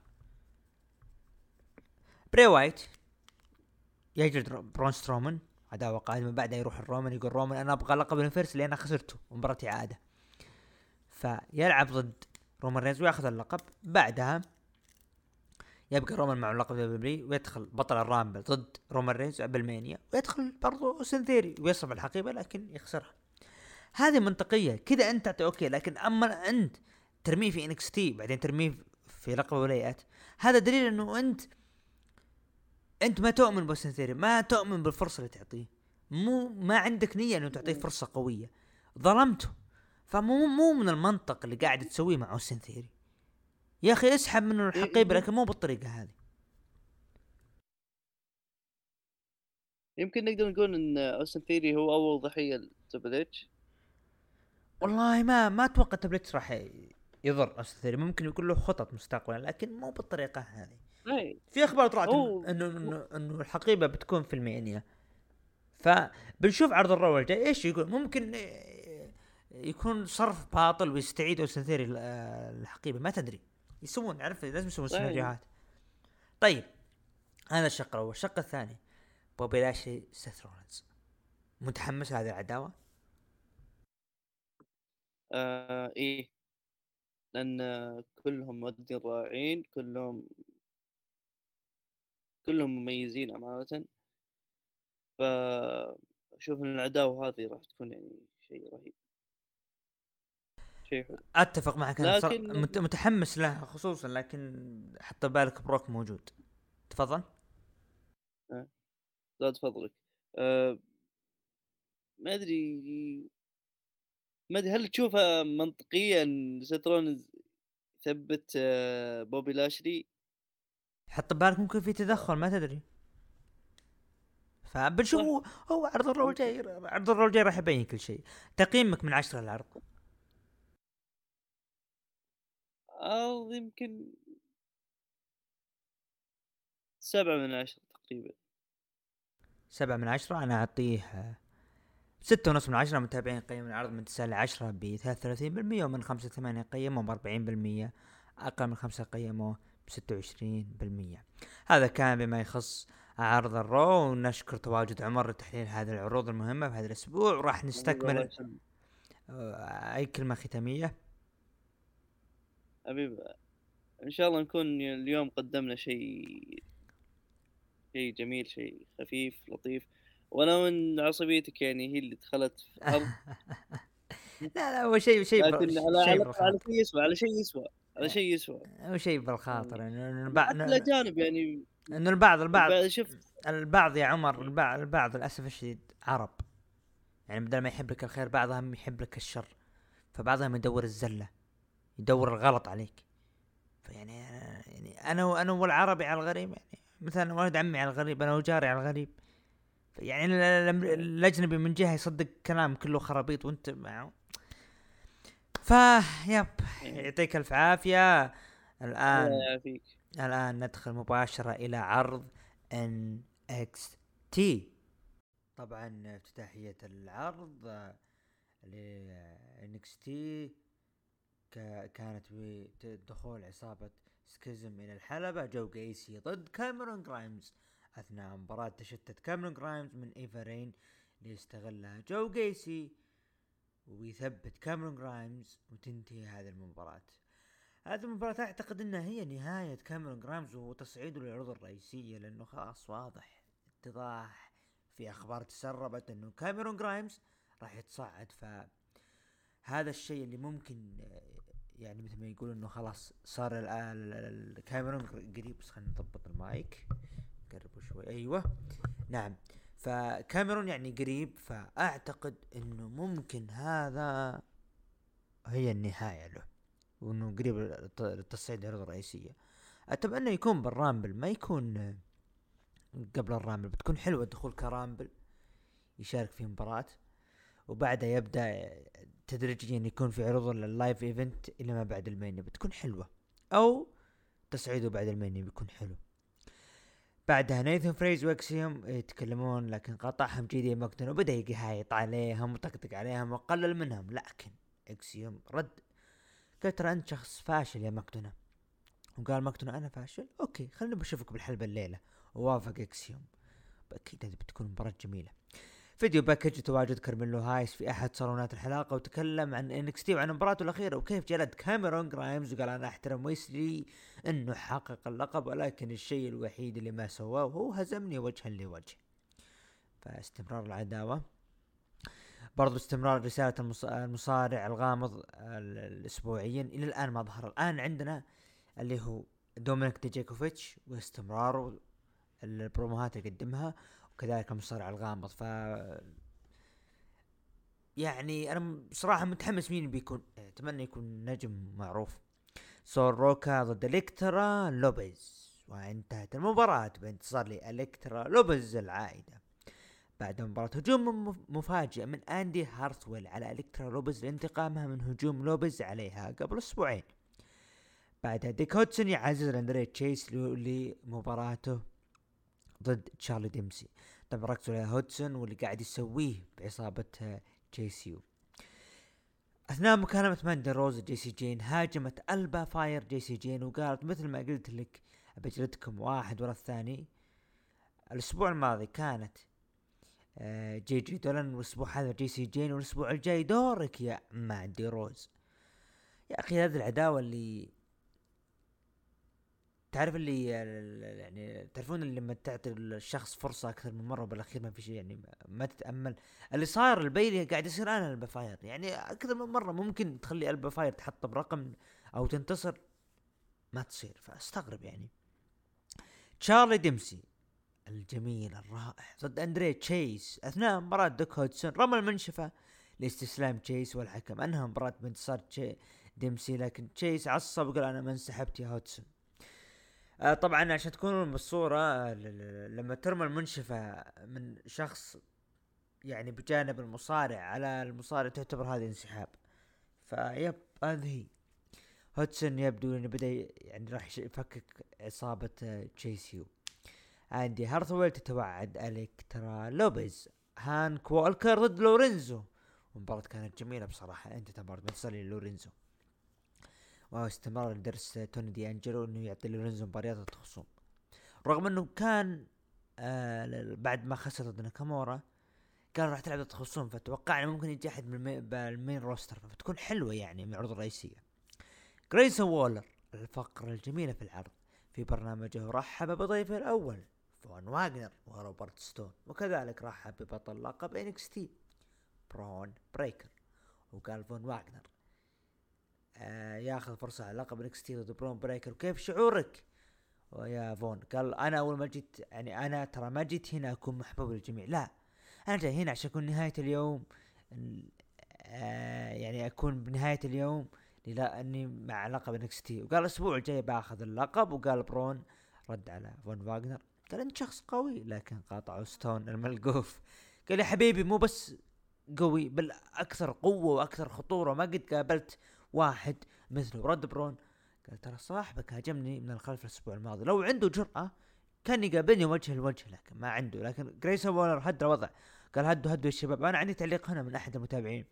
Speaker 1: بري وايت يجلد برون سترومان عداوة قادمة، بعدها يروح الرومان يقول رومان أنا أبغى لقب الانفيرس اللي أنا خسرته مباراة إعادة، فيلعب ضد رومان رينز ويأخذ اللقب. بعدها يبقى رومان مع اللقب دبليو ويدخل بطل الرامبل ضد رومان رينز بالمانيا، ويدخل برضو أوستن ثيري ويصرف الحقيبة لكن يخسرها. هذه منطقية كذا، أنت تعطي أوكي. لكن أما أنت ترميه في إنكس تي بعدين ترميه في لقب ولايات، هذا دليل أنه أنت أنت ما تؤمن بأوستن ثيري، ما تؤمن بالفرصة اللي تعطيه، مو ما عندك نية أنه تعطيه فرصة قوية، ظلمته. فمو مو من المنطق اللي قاعد تسويه مع أوستن ثيري. يا أخي اسحب منه الحقيبة لكن مو بالطريقة هذه.
Speaker 2: يمكن نقدر نقول ان أوستن ثيري هو اول ضحية لتريبل اتش.
Speaker 1: والله ما ما اتوقع تريبل اتش راح يضر أوستن ثيري، ممكن يكون له خطط مستقبلا لكن مو بالطريقة هذه. في اخبار طلعت انه انه انه الحقيبة بتكون في المانيا، فبنشوف عرض الرو الجاي ايش يقول. ممكن يكون صرف باطل ويستعيد أوستن ثيري الحقيبة، ما تدري. يسوون عرفت لازم يسوون سيناريوهات. طيب هذا الشق الاول. الشق الثاني بوبي لاشلي سيث رولينز، متحمس لهذه العداوة؟
Speaker 2: آه ايه، لان كلهم مؤدين رائعين، كلهم كلهم مميزين امانة. فاشوف ان العداوة هذه راح تكون يعني شيء رهيب، شيء حلو.
Speaker 1: اتفق معك، انا
Speaker 2: لكن
Speaker 1: متحمس لها خصوصا، لكن حط بالك بروك موجود. تفضل.
Speaker 2: آه. لا تفضلك. آه. ما ادري ما ادري هل تشوفها منطقيا سترون ثبت آه بوبي لاشلي؟
Speaker 1: حط بالك ممكن في تدخل ما تدري، فبنشوف. هو عرض الرول جاي، عرض الرول جاي راح يبين كل شيء. تقييمك من عشرة للعرض؟
Speaker 2: أو يمكن سبعة من عشرة تقريبا.
Speaker 1: سبعة من عشرة. أنا أعطيه ستة ونص من عشرة. متابعين قيم العرض من تسعة لعشرة بثلاثة وثلاثين بالمية، ومن خمسة ثمانية قيمه بأربعين بالمية، أقل من خمسة قيمه بستة وعشرين بالمية. هذا كان بما يخص عرض الرو، ونشكر تواجد عمر لتحليل هذه العروض المهمة في هذا الأسبوع. وراح نستكمل. أي كلمة ختامية؟
Speaker 2: حبيب ان شاء الله نكون اليوم قدمنا شيء شيء جميل، شيء خفيف لطيف، ولو ان عصبيتك يعني هي اللي دخلت في الارض.
Speaker 1: لا لا هو شيء شيء
Speaker 2: لكن
Speaker 1: بر...
Speaker 2: على
Speaker 1: شيء
Speaker 2: على على شيء يسوى، على شيء يسوى على شيء يسوى
Speaker 1: هو شيء بالخاطر
Speaker 2: يعني
Speaker 1: انه البعض
Speaker 2: الاجانب يعني
Speaker 1: انه البعض البعض
Speaker 2: شفت
Speaker 1: البعض يا عمر، البعض البعض للاسف الشديد عرب، يعني بدل ما يحب لك الخير بعضهم يحب لك الشر، فبعضهم يدور الزله، يدور الغلط عليك. فيعني يعني انا وانا والعربي على الغريب، يعني مثلا ولد عمي على الغريب، انا وجاري على الغريب. يعني الاجنبي من جهه يصدق كلام كله خرابيط وانت معه. فيب يعطيك الف عافيه. الان الان ندخل مباشره الى عرض ان اكس تي. طبعا افتتاحيه العرض ل ان اكس تي كانت بدخول عصابه سكيزم الى الحلبه. جو جايسي ضد كاميرون جرايمز. اثناء مباراه تشتت كاميرون جرايمز من ايفرين ليستغلها جو جايسي ويثبت كاميرون جرايمز، وتنتهي هذه المباراة. هذه المباراة اعتقد انها هي نهاية كاميرون جرايمز وتصعيده للعروض الرئيسية، لانه خلاص واضح اتضاح في اخبار تسربت انه كاميرون جرايمز راح يتصعد. فهذا الشيء اللي ممكن يعني مثل ما يقول انه خلاص صار كاميرون قريب. بس خلينا نضبط المايك قربوا شوي. ايوه نعم، فكاميرون يعني قريب. فاعتقد انه ممكن هذا هي النهاية له، وانه قريب التصعيد العروض الرئيسية. اتمنى يكون بالرامبل، ما يكون قبل الرامبل، بتكون حلوة الدخول كرامبل يشارك في مباراة وبعدها يبدأ تدريجيا يكون في عروض لللايف ايفنت الى ما بعد المين بتكون حلوة، او تصعيده بعد المين بيكون حلو. بعدها نايثن فريز واكسيوم يتكلمون، لكن قطعهم جي دي ماكدون وبدا يقهايط عليهم وطقطق عليهم وقلل منهم. لكن اكسيوم رد قال ترى انت شخص فاشل يا ماكدون. وقال ماكدون انا فاشل؟ اوكي خلينا بشوفك بالحلبة الليلة. ووافق اكسيوم. اكيد هذه بتكون مباراة جميلة. فيديو باكج تواجد كارميلو هايس في احد صالونات الحلقة، وتكلم عن انكستي وعن مباراته الاخيرة وكيف جلد كاميرون جرايمز، وقال انا احترم ويسلي انه حقق اللقب، ولكن الشيء الوحيد اللي ما سواه هو هزمني وجها لوجه. فاستمرار العداوة. برضو استمرار رسالة المصارع الغامض الاسبوعيا الى الان ما ظهر. الان عندنا اللي هو دومينيك ديجيكوفيتش واستمراره البروموهات اللي قدمها، وكذلك المصارع الغامض. ف يعني انا بصراحة متحمس مين بيكون، اتمنى يكون نجم معروف. سول روكا ضد الكترا لوبيز، وانتهت المباراة بانتصار لالكترا لوبيز العائدة بعد مباراة هجوم مفاجئ من اندي هارثويل على الكترا لوبيز لانتقامها من هجوم لوبيز عليها قبل اسبوعين. بعدها ديك هودسون يعزز اندري تشيس لمباراته ضد تشارلي ديمسي. طبعا ركزوا على هودسون واللي قاعد يسويه بعصابة جيسيو. اثناء مكالمة ماندي روز جيسي جين هاجمت البا فاير جيسي جين وقالت مثل ما قلت لك بجلدكم واحد ورا الثاني. الاسبوع الماضي كانت جي جي دولن، والاسبوع هذا جيسي جين، والاسبوع الجاي دورك يا ماندي روز. يا اخي هذه العداوة اللي تعرف اللي يعني تعرفون اللي لما تعطي الشخص فرصة أكثر من مرة وبالأخير ما في شيء، يعني ما تتأمل اللي صار. البيلي قاعد يصير أنا البفاير يعني أكثر من مرة، ممكن تخلي البفاير تحط برقم أو تنتصر ما تصير، فاستغرب يعني. تشارلي ديمسي الجميل الرائع ضد أندري تشيس. أثناء مباراة دوك هودسون رمى المنشفة لاستسلام تشيس، والحكم أنهى مباراة بانتصار ديمسي، لكن تشيس عصب وقال أنا ما انسحبت يا هودسون. آه طبعا عشان تكونوا بالصورة، آه لما ترمى المنشفة من شخص يعني بجانب المصارع على المصارع تعتبر هذه انسحاب. فيب هذه هي. هودسون يبدو انه بدأ يعني راح يفكك عصابة آه تشيسيو. عندي هارثويل تتوعد الكترا لوبيز. هانك والكر ضد لورينزو. المباراة كانت جميلة بصراحة، انت تبارد بتصلي لورينزو، واستمرار درس توني دي انجلو انه يعطي لورينزو مباريات الخصوم، رغم انه كان آه بعد ما خسر ضد ناكامورا قال راح تلعب ضد خصوم، فتوقعنا ممكن يجي احد من المين روستر فتكون حلوة يعني من العروض الرئيسية. جريسون وولر الفقرة الجميلة في العرض في برنامجه رحب بضيفه الاول فون واغنر وروبرت ستون، وكذلك رحب ببطل لقب انكستي برون بريكر، وقال فون واغنر آه ياخذ فرصة على لقب انكستي ضد برون بريكر وكيف شعورك ويا فون؟ قال انا اول ما جيت يعني انا ترى ما جيت هنا اكون محبوب للجميع، لا انا جاي هنا عشان اكون نهاية اليوم آه يعني اكون بنهاية اليوم لا اني مع لقب انكستي. وقال الاسبوع الجاي باخذ اللقب. وقال برون رد على فون واغنر قال انت شخص قوي، لكن قاطعه ستون الملقوف قال يا حبيبي مو بس قوي بل اكثر قوة واكثر خطورة، ما قد قابلت واحد مثله. رد برون قال ترى صاحبك هاجمني من الخلف الاسبوع الماضي، لو عنده جرأة كان يقابلني وجه لوجه، لكن ما عنده. لكن جريسون وولر هد الوضع قال هدوا هدوا الشباب. انا عندي تعليق هنا من احد المتابعين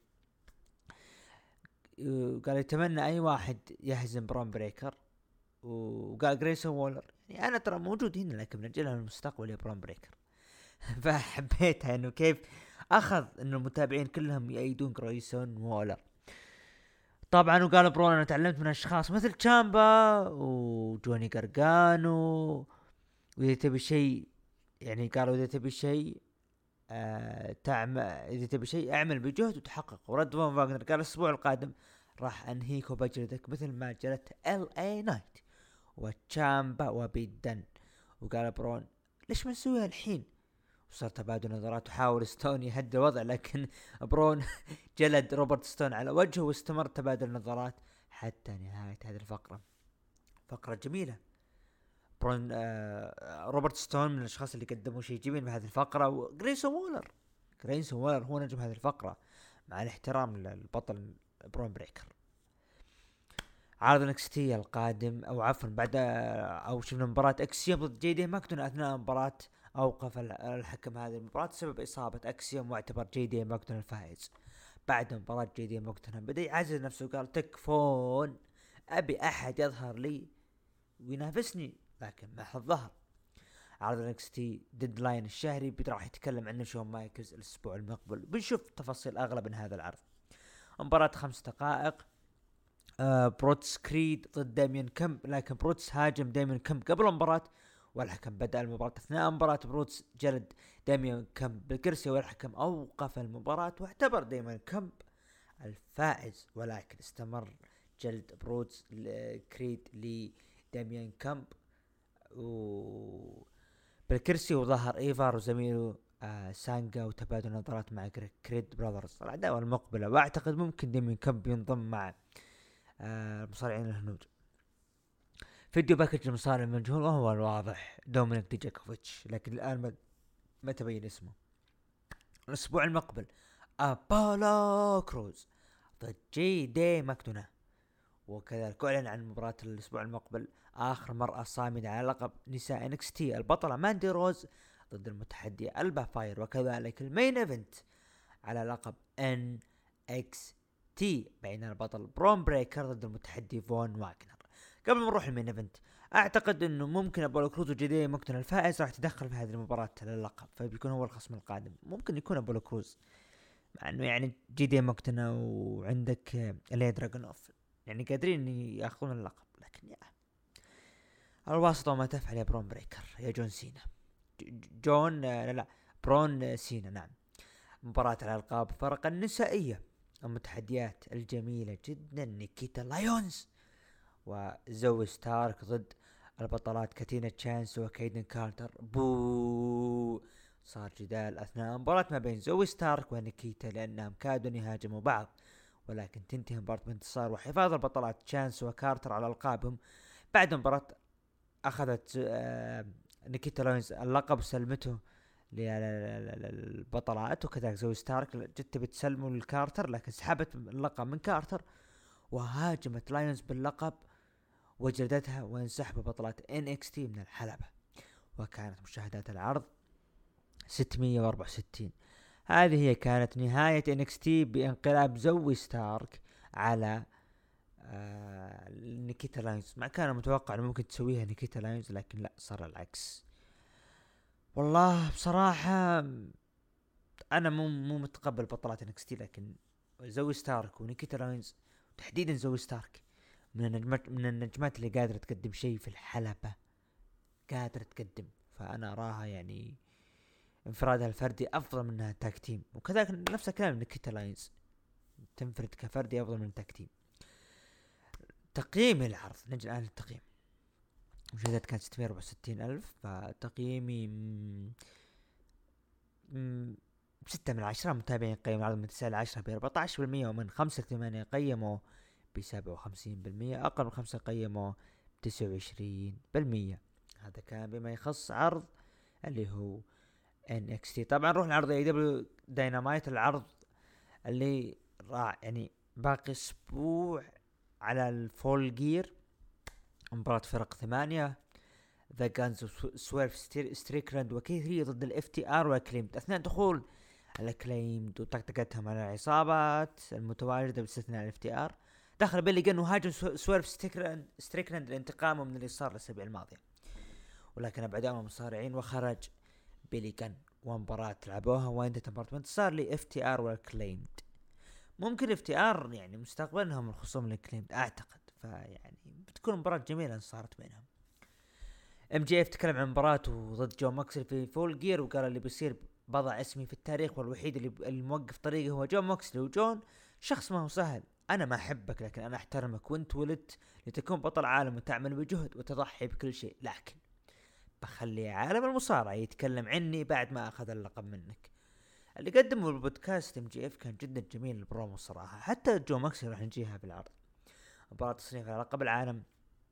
Speaker 1: قال يتمنى اي واحد يهزم برون بريكر، وقال جريسون وولر يعني انا ترى موجود هنا لكن بنجلها من المستقبل يا برون بريكر. فحبيتها انه كيف اخذ انه المتابعين كلهم يأيدون جريسون وولر. طبعا وقال برون انا تعلمت من اشخاص مثل تشامبا وجوني غارغانو، واذا تبي شيء يعني قالوا اذا تبي شيء آه تعمل اذا تبي شيء اعمل بجهد وتحقق. ورد فون واغنر قال الاسبوع القادم راح انهيك وبجلدك مثل ما جلدت ال اي نايت وتشامبا وبيدن. وقال برون ليش ما نسويها الحين؟ وصار تبادل نظرات وحاول ستون يهدي الوضع، لكن برون جلد روبرت ستون على وجهه واستمر تبادل نظرات حتى نهاية هذه الفقرة. فقرة جميلة. برون آه روبرت ستون من الاشخاص اللي قدموا شيء جميل بهذه الفقرة. وجريسون وولر جريسون وولر هو نجم هذه الفقرة مع الاحترام للبطل برون بريكر. عرض نكستي القادم او عفوا بعد او شفنا مباراة اكسيوم ضد جي دي ماكدون. اثناء المباراة اوقف الحكم هذه المباراة بسبب اصابة اكسيوم واعتبر جي دي ماكدون الفائز. بعد مباراة جي دي ماكدون بدا يعزز نفسه وقال تكفون ابي احد يظهر لي وينافسني، لكن ما حد ظهر. عرض نكستي ديدلاين الشهري راح يتكلم عنه شون مايكلز الاسبوع المقبل. بنشوف تفاصيل اغلب من هذا العرض. مباراة خمس دقائق آه بروتس كريد ضد داميان كمب، لكن بروتس هاجم داميان كمب قبل المباراة والحكم بدأ المباراة. اثناء المباراة بروتس جلد داميان كمب بالكرسي والحكم اوقف المباراة واعتبر داميان كمب الفائز، ولكن استمر جلد بروتس كريد لداميان كمب و بالكرسي، وظهر ايفار وزميله آه سانجا وتبادل نظرات مع كريد براذرز العداوة المقبلة. واعتقد ممكن داميان كمب ينضم مع آه مصارعين الهنود. فيديو باكج المصارع المجهول وهو الواضح دومينيك ديجاكوفيتش، لكن الآن ما, ما تبين اسمه. الأسبوع المقبل أبولو كروز ضد جي دي ماكدونا. وكذلك أعلن عن مباراة الأسبوع المقبل آخر مرأة صامدة على لقب نساء إنكس تي البطلة ماندي روز ضد المتحدية ألبا فاير. وكذلك المين ايفنت على لقب ان اكس تي بين البطل برون بريكر ضد المتحدي فون واغنر. قبل ما نروح المين ايفنت، اعتقد انه ممكن ابولو كروز وجي دي ماكدونا الفائز راح يتدخل في هذه المباراة للقب، فبيكون هو الخصم القادم. ممكن يكون ابولو كروز، مع انه يعني جي دي ماكدونا وعندك الي دراغونوف يعني قادرين ياخذون اللقب، لكن يا الواسطة وما تفعل يا برون بريكر يا جون سينا. جون لا لا برون سينا نعم. مباراة على الألقاب فرق النسائية، المتحديات الجميلة جدا نيكيتا لايونز وزوي ستارك ضد البطلات كاتينا تشانس وكايدن كارتر. بو صار جدال أثناء المباراة ما بين زوي ستارك ونيكيتا لأنهم كادوا يهاجموا بعض، ولكن تنتهي المباراة بانتصار وحفاظ البطلات تشانس وكارتر على ألقابهم. بعد المباراة أخذت آه نيكيتا لايونز اللقب وسلمته للبطلات، وكذلك زوي ستارك جت بتسلمه للكارتر لكن سحبت اللقب من كارتر وهاجمت لايونز باللقب وجلدتها وانسحب بطلات ان اكس تي من الحلبة. وكانت مشاهدات العرض ستمية وأربعة وستين. هذه هي كانت نهاية ان اكس تي بانقلاب زوي ستارك على آه نيكيتا لايونز. ما كان متوقع انه ممكن تسويها نيكيتا لايونز، لكن لا، صار العكس. والله بصراحة انا مو مو متقبل بطلات انكس تي، لكن زوي ستارك ونيكيتا لايونز تحديدا زوي ستارك من النجمات من النجمات اللي قادرة تقدم شيء في الحلبة، قادرة تقدم، فانا اراها يعني انفرادها الفردي افضل منها تاك تيم. وكذلك نفس الكلام نيكيتا لايونز تنفرد كفردي افضل من تاك تيم. تقييم العرض، نجي الان للتقييم. مشاهدات كانت ستمية وأربعة وستين ألف، فتقييمي م... م... ستة من عشرة. متابعين قيموا العرض من تسعة إلى عشرة بأربعة عشر بالمية، ومن خمسة لثمانية قيموا بسبعة وخمسين بالمية، أقل من خمسة قيموا بتسعة وعشرين بالمية. هذا كان بما يخص عرض اللي هو إن إكس تي. طبعا نروح لعرض اي دبليو داينامايت، العرض اللي راح يعني باقي اسبوع على الفول جير. مباراة فرق ثمانية، ذا جانز سويرف ستريكلاند وكيثري ضد الاف تي ار واكليمد. اثناء دخول الاكليمد وطقطقتهم على العصابات المتواجدة باستثناء الاف تي ار، دخل بيلي جن وهاجم سويرف ستريكلاند ستريكلاند لانتقامه من اللي صار الاسابيع الماضية، ولكن ابعدهم المصارعين وخرج بيلي جن. ومباراة لعبوها وانتهت مباراة بانتصار لاف تي ار واكليمد. ممكن اف تي ار يعني مستقبلهم الخصوم الاكليمد اعتقد، فيعني بتكون مباراة جميلة صارت بينهم. ام جي اف تكلم عن مباراته ضد جو موكسلي في فول جير وقال اللي بيصير بضع اسمي في التاريخ، والوحيد اللي, اللي موقف طريقه هو جو موكسلي. وجون شخص ما هو سهل، انا ما احبك لكن انا احترمك، وانت ولدت لتكون بطل عالم وتعمل بجهد وتضحي بكل شيء، لكن بخلي عالم المصارعة يتكلم عني بعد ما اخذ اللقب منك. اللي قدمه البودكاست ام جي اف كان جدا جميل البرومو الصراحة. حتى جو موكسلي راح نجيها بالعرض. مباراة تصنيف على لقب العالم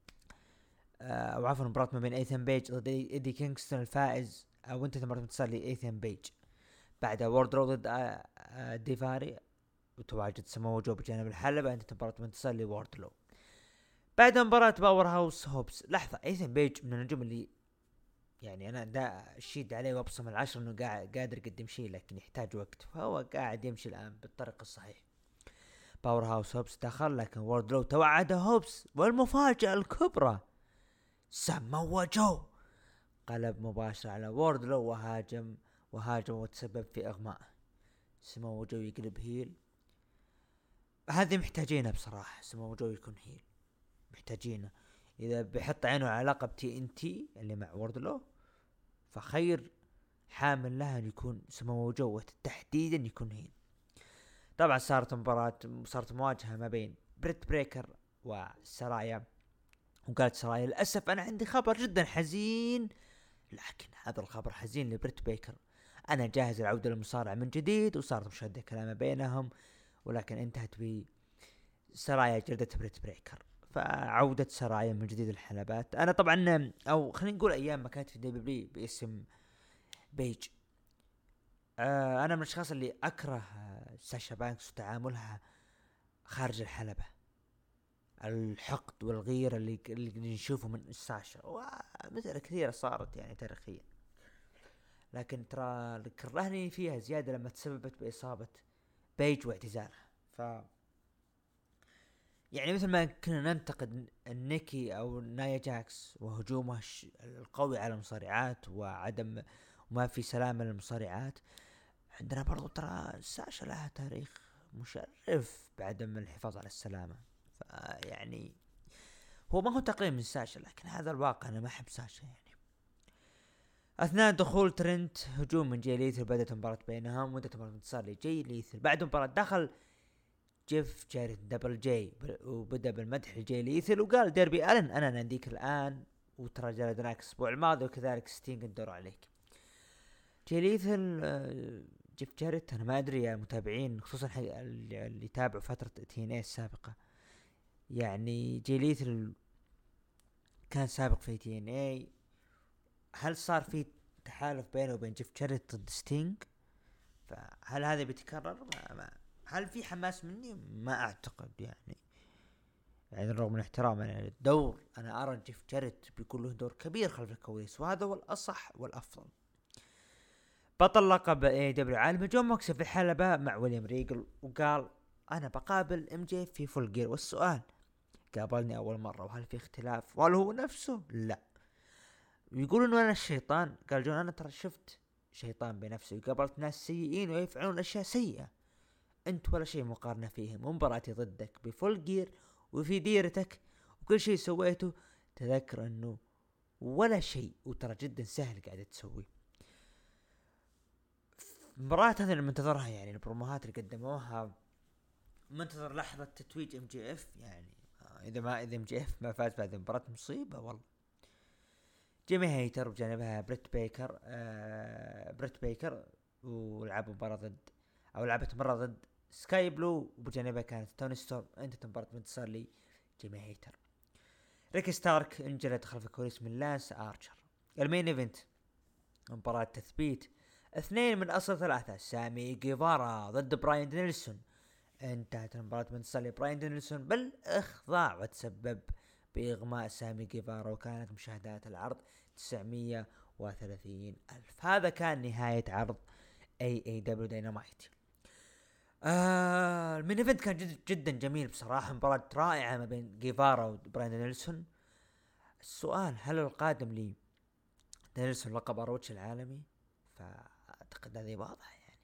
Speaker 1: او عفوا مباراة ما بين ايثن بيج ضد ايدي كينغستون، الفائز او انت مباراة انتصار لايثن بيج. بعدها ووردرو ضد ديفاري وتواجد سمو جو بجانب الحلبة، انت مباراة منتصر لواردلو. بعد مباراة باور هاوس هوبس، لحظة، ايثن بيج من النجوم اللي يعني انا دا اشيد عليه وابصم العشر انه قاعد قادر يقدم شيء، لكن يحتاج وقت، فهو قاعد يمشي الان بالطريق الصحيح. باور هاوس هوبس دخل، لكن واردلو توعد هوبس، والمفاجأة الكبرى سمو جو قلب مباشر على واردلو وهاجم وهاجم وتسبب في اغمائه. سمو جو يقلب هيل، هذه محتاجينه بصراحة. سمو جو يكون هيل محتاجينه، اذا بيحط عينه على لقب تي ان تي اللي مع واردلو، فخير حامل لها يكون سمو جو تحديدا يكون هيل. طبعا صارت مباراة صارت مواجهة ما بين بريت بريكر وسرايا، وقالت سرايا للأسف أنا عندي خبر جدا حزين، لكن هذا الخبر حزين لبريت بريكر، أنا جاهز العودة للمصارعة من جديد. وصارت مشاهدة كلام بينهم، ولكن انتهت بسرايا جلدة بريت بريكر، فعودة سرايا من جديد الحلبات. أنا طبعا أو خلينا نقول أيام ما كانت في دبليو باسم بيج، آه أنا من الأشخاص اللي أكره ساشا بانكس وتعاملها خارج الحلبة، الحقد والغيرة اللي اللي نشوفه من ساشا ومثل كثيرة صارت يعني تاريخيا، لكن ترى كرهني فيها زيادة لما تسببت بإصابة بيج واعتزالها. ف يعني مثل ما كنا ننتقد نيكي أو نايا جاكس وهجومها القوي على المصارعات وعدم ما في سلامة للمصارعات، عندنا برضو ترى ساشا لها تاريخ مشرف بعدم الحفاظ على السلامة. فيعني هو ما هو تقليل من ساشا، لكن هذا الواقع، أنا ما أحب ساشا يعني. أثناء دخول ترنت هجوم من جاي ليثل، بدأت مباراة بينهم وانتهت مباراة انتصار لجاي ليثل. بعد مباراة دخل جيف جاريت دبل جاي وبدأ بالمدح لجاي ليثل، وقال ديربي ألن أنا ناديك الآن، وترى جلدناك الأسبوع الماضي، وكذلك ستينج الدور عليك. جاي ليثل جيف جاريت أنا ما أدري يا متابعين، خصوصا اللي يتابعوا فترة تي ان اي السابقة، يعني جاي ليثل كان سابق في تي ان اي، هل صار في تحالف بينه وبين جيف جاريت ضد ستينج؟ فهل هذا بيتكرر؟ ما ما هل في حماس مني؟ ما اعتقد يعني يعني رغم من احترام يعني الدور، انا ارى جيف جاريت بيكون له دور كبير خلف الكواليس، وهذا هو الاصح والافضل. بطل لقب اي دبليو عالمي جون موكس في الحلبة مع ويليام ريجل، وقال انا بقابل ام جي في فول جير، والسؤال قابلني اول مرة وهل في اختلاف وهل هو نفسه؟ لا. ويقول انه انا الشيطان، قال جون انا ترى شفت شيطان بنفسي وقابلت ناس سيئين ويفعلون اشياء سيئة، انت ولا شيء مقارنة فيهم، ومباراتي ضدك بفول جير وفي ديرتك وكل شيء سويته تذكر انه ولا شيء، وترى جدا سهل قاعدة تسوي. مباراة هذه اللي منتظرها، يعني البروموهات اللي قدموها منتظر لحظة تتويج ام جي اف، يعني اذا ما اذا ام جي اف ما فاز بعد مباراة مصيبة والله. جيمي هيتر بجانبها بريت بيكر، آه بريت بيكر ولعبوا مباراة ضد او لعبت مرة ضد سكاي بلو، وبجانبها كانت توني ستورم، انت مباراة انتصار لي جيمي هيتر. ريكي ستارك انجلت خلف الكواليس من لانس ارشر. المين ايفنت مباراة تثبيت اثنين من اصل ثلاثة، سامي جيفارا ضد براين دينيلسون. انتهت المباراة بانتصار لبراين دينيلسون بالاخضاع، وتسبب باغماء سامي جيفارا، وكانت مشاهدات العرض تسعمية وثلاثين الف. هذا كان نهاية عرض اي اي دبليو داينامايت. آه المين ايفنت كان جد جدا جميل بصراحة، مباراة رائعة ما بين جيفارا وبراين دينيلسون. السؤال هل القادم لي دينيلسون لقب اروتش العالمي؟ فاعتقد هذه واضح يعني.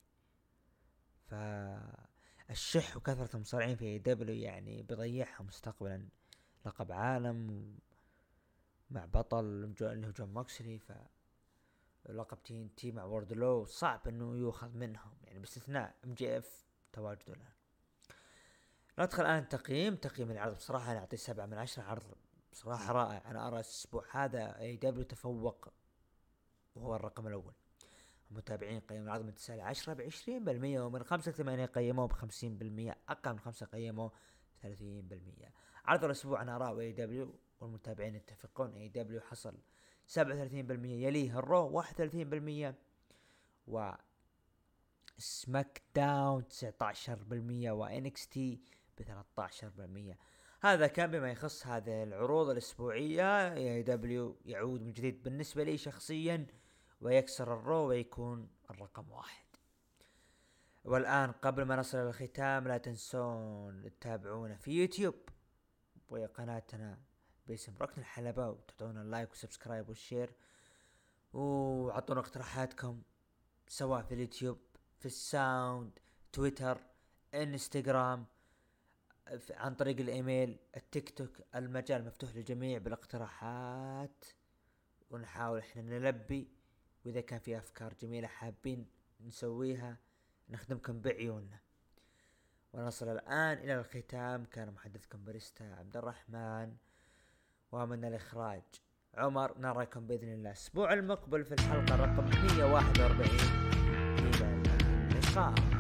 Speaker 1: فالشح وكثرة المصارعين في دبليو يعني بيضيعها مستقبلا لقب عالم مع بطل اللي هو جون موكسلي، ف لقب تي ان تي مع ووردلو صعب انه يؤخذ منهم يعني، باستثناء ام جي اف تواجده الان. ندخل الان تقييم تقييم العرض. بصراحة انا اعطيه سبعة من عشرة، عرض بصراحة رائع. انا ارى الاسبوع هذا اي دبليو تفوق وهو الرقم الاول. المتابعين قيموا العرض من تسعة لعشرة بعشرين بالمية، ومن خمسة لثمانية قيموه بخمسين بالمية، أقل من خمسة قيموه ثلاثين بالمية. عرض الأسبوع عن آراء اي دبليو والمتابعين يتفقون اي دبليو حصل سبعة وثلاثين بالمية، يليه الرو واحد وثلاثين بالمية، و سماك داون تسعة عشر بالمية وان اكس تي ب ثلاثة عشر بالمية. هذا كان بما يخص هذه العروض الاسبوعيه. اي دبليو يعود من جديد بالنسبه لي شخصيا ويكسر الرو ويكون الرقم واحد. والآن قبل ما نصل إلى الختام لا تنسون تتابعونا في يوتيوب وقناتنا باسم ركن الحلبة، وتعطونا اللايك وسبسكرايب والشير، وعطونا اقتراحاتكم سواء في اليوتيوب، في الساوند، تويتر، انستغرام، عن طريق الايميل، التيك توك. المجال مفتوح للجميع بالاقتراحات، ونحاول احنا نلبي، واذا كان في افكار جميلة حابين نسويها نخدمكم بعيوننا. ونصل الآن إلى الختام. كان محدثكم باريستا عبد الرحمن، ومن الإخراج عمر. نراكم بإذن الله الأسبوع المقبل في الحلقة رقم مية وواحد وأربعين. إلى اللقاء.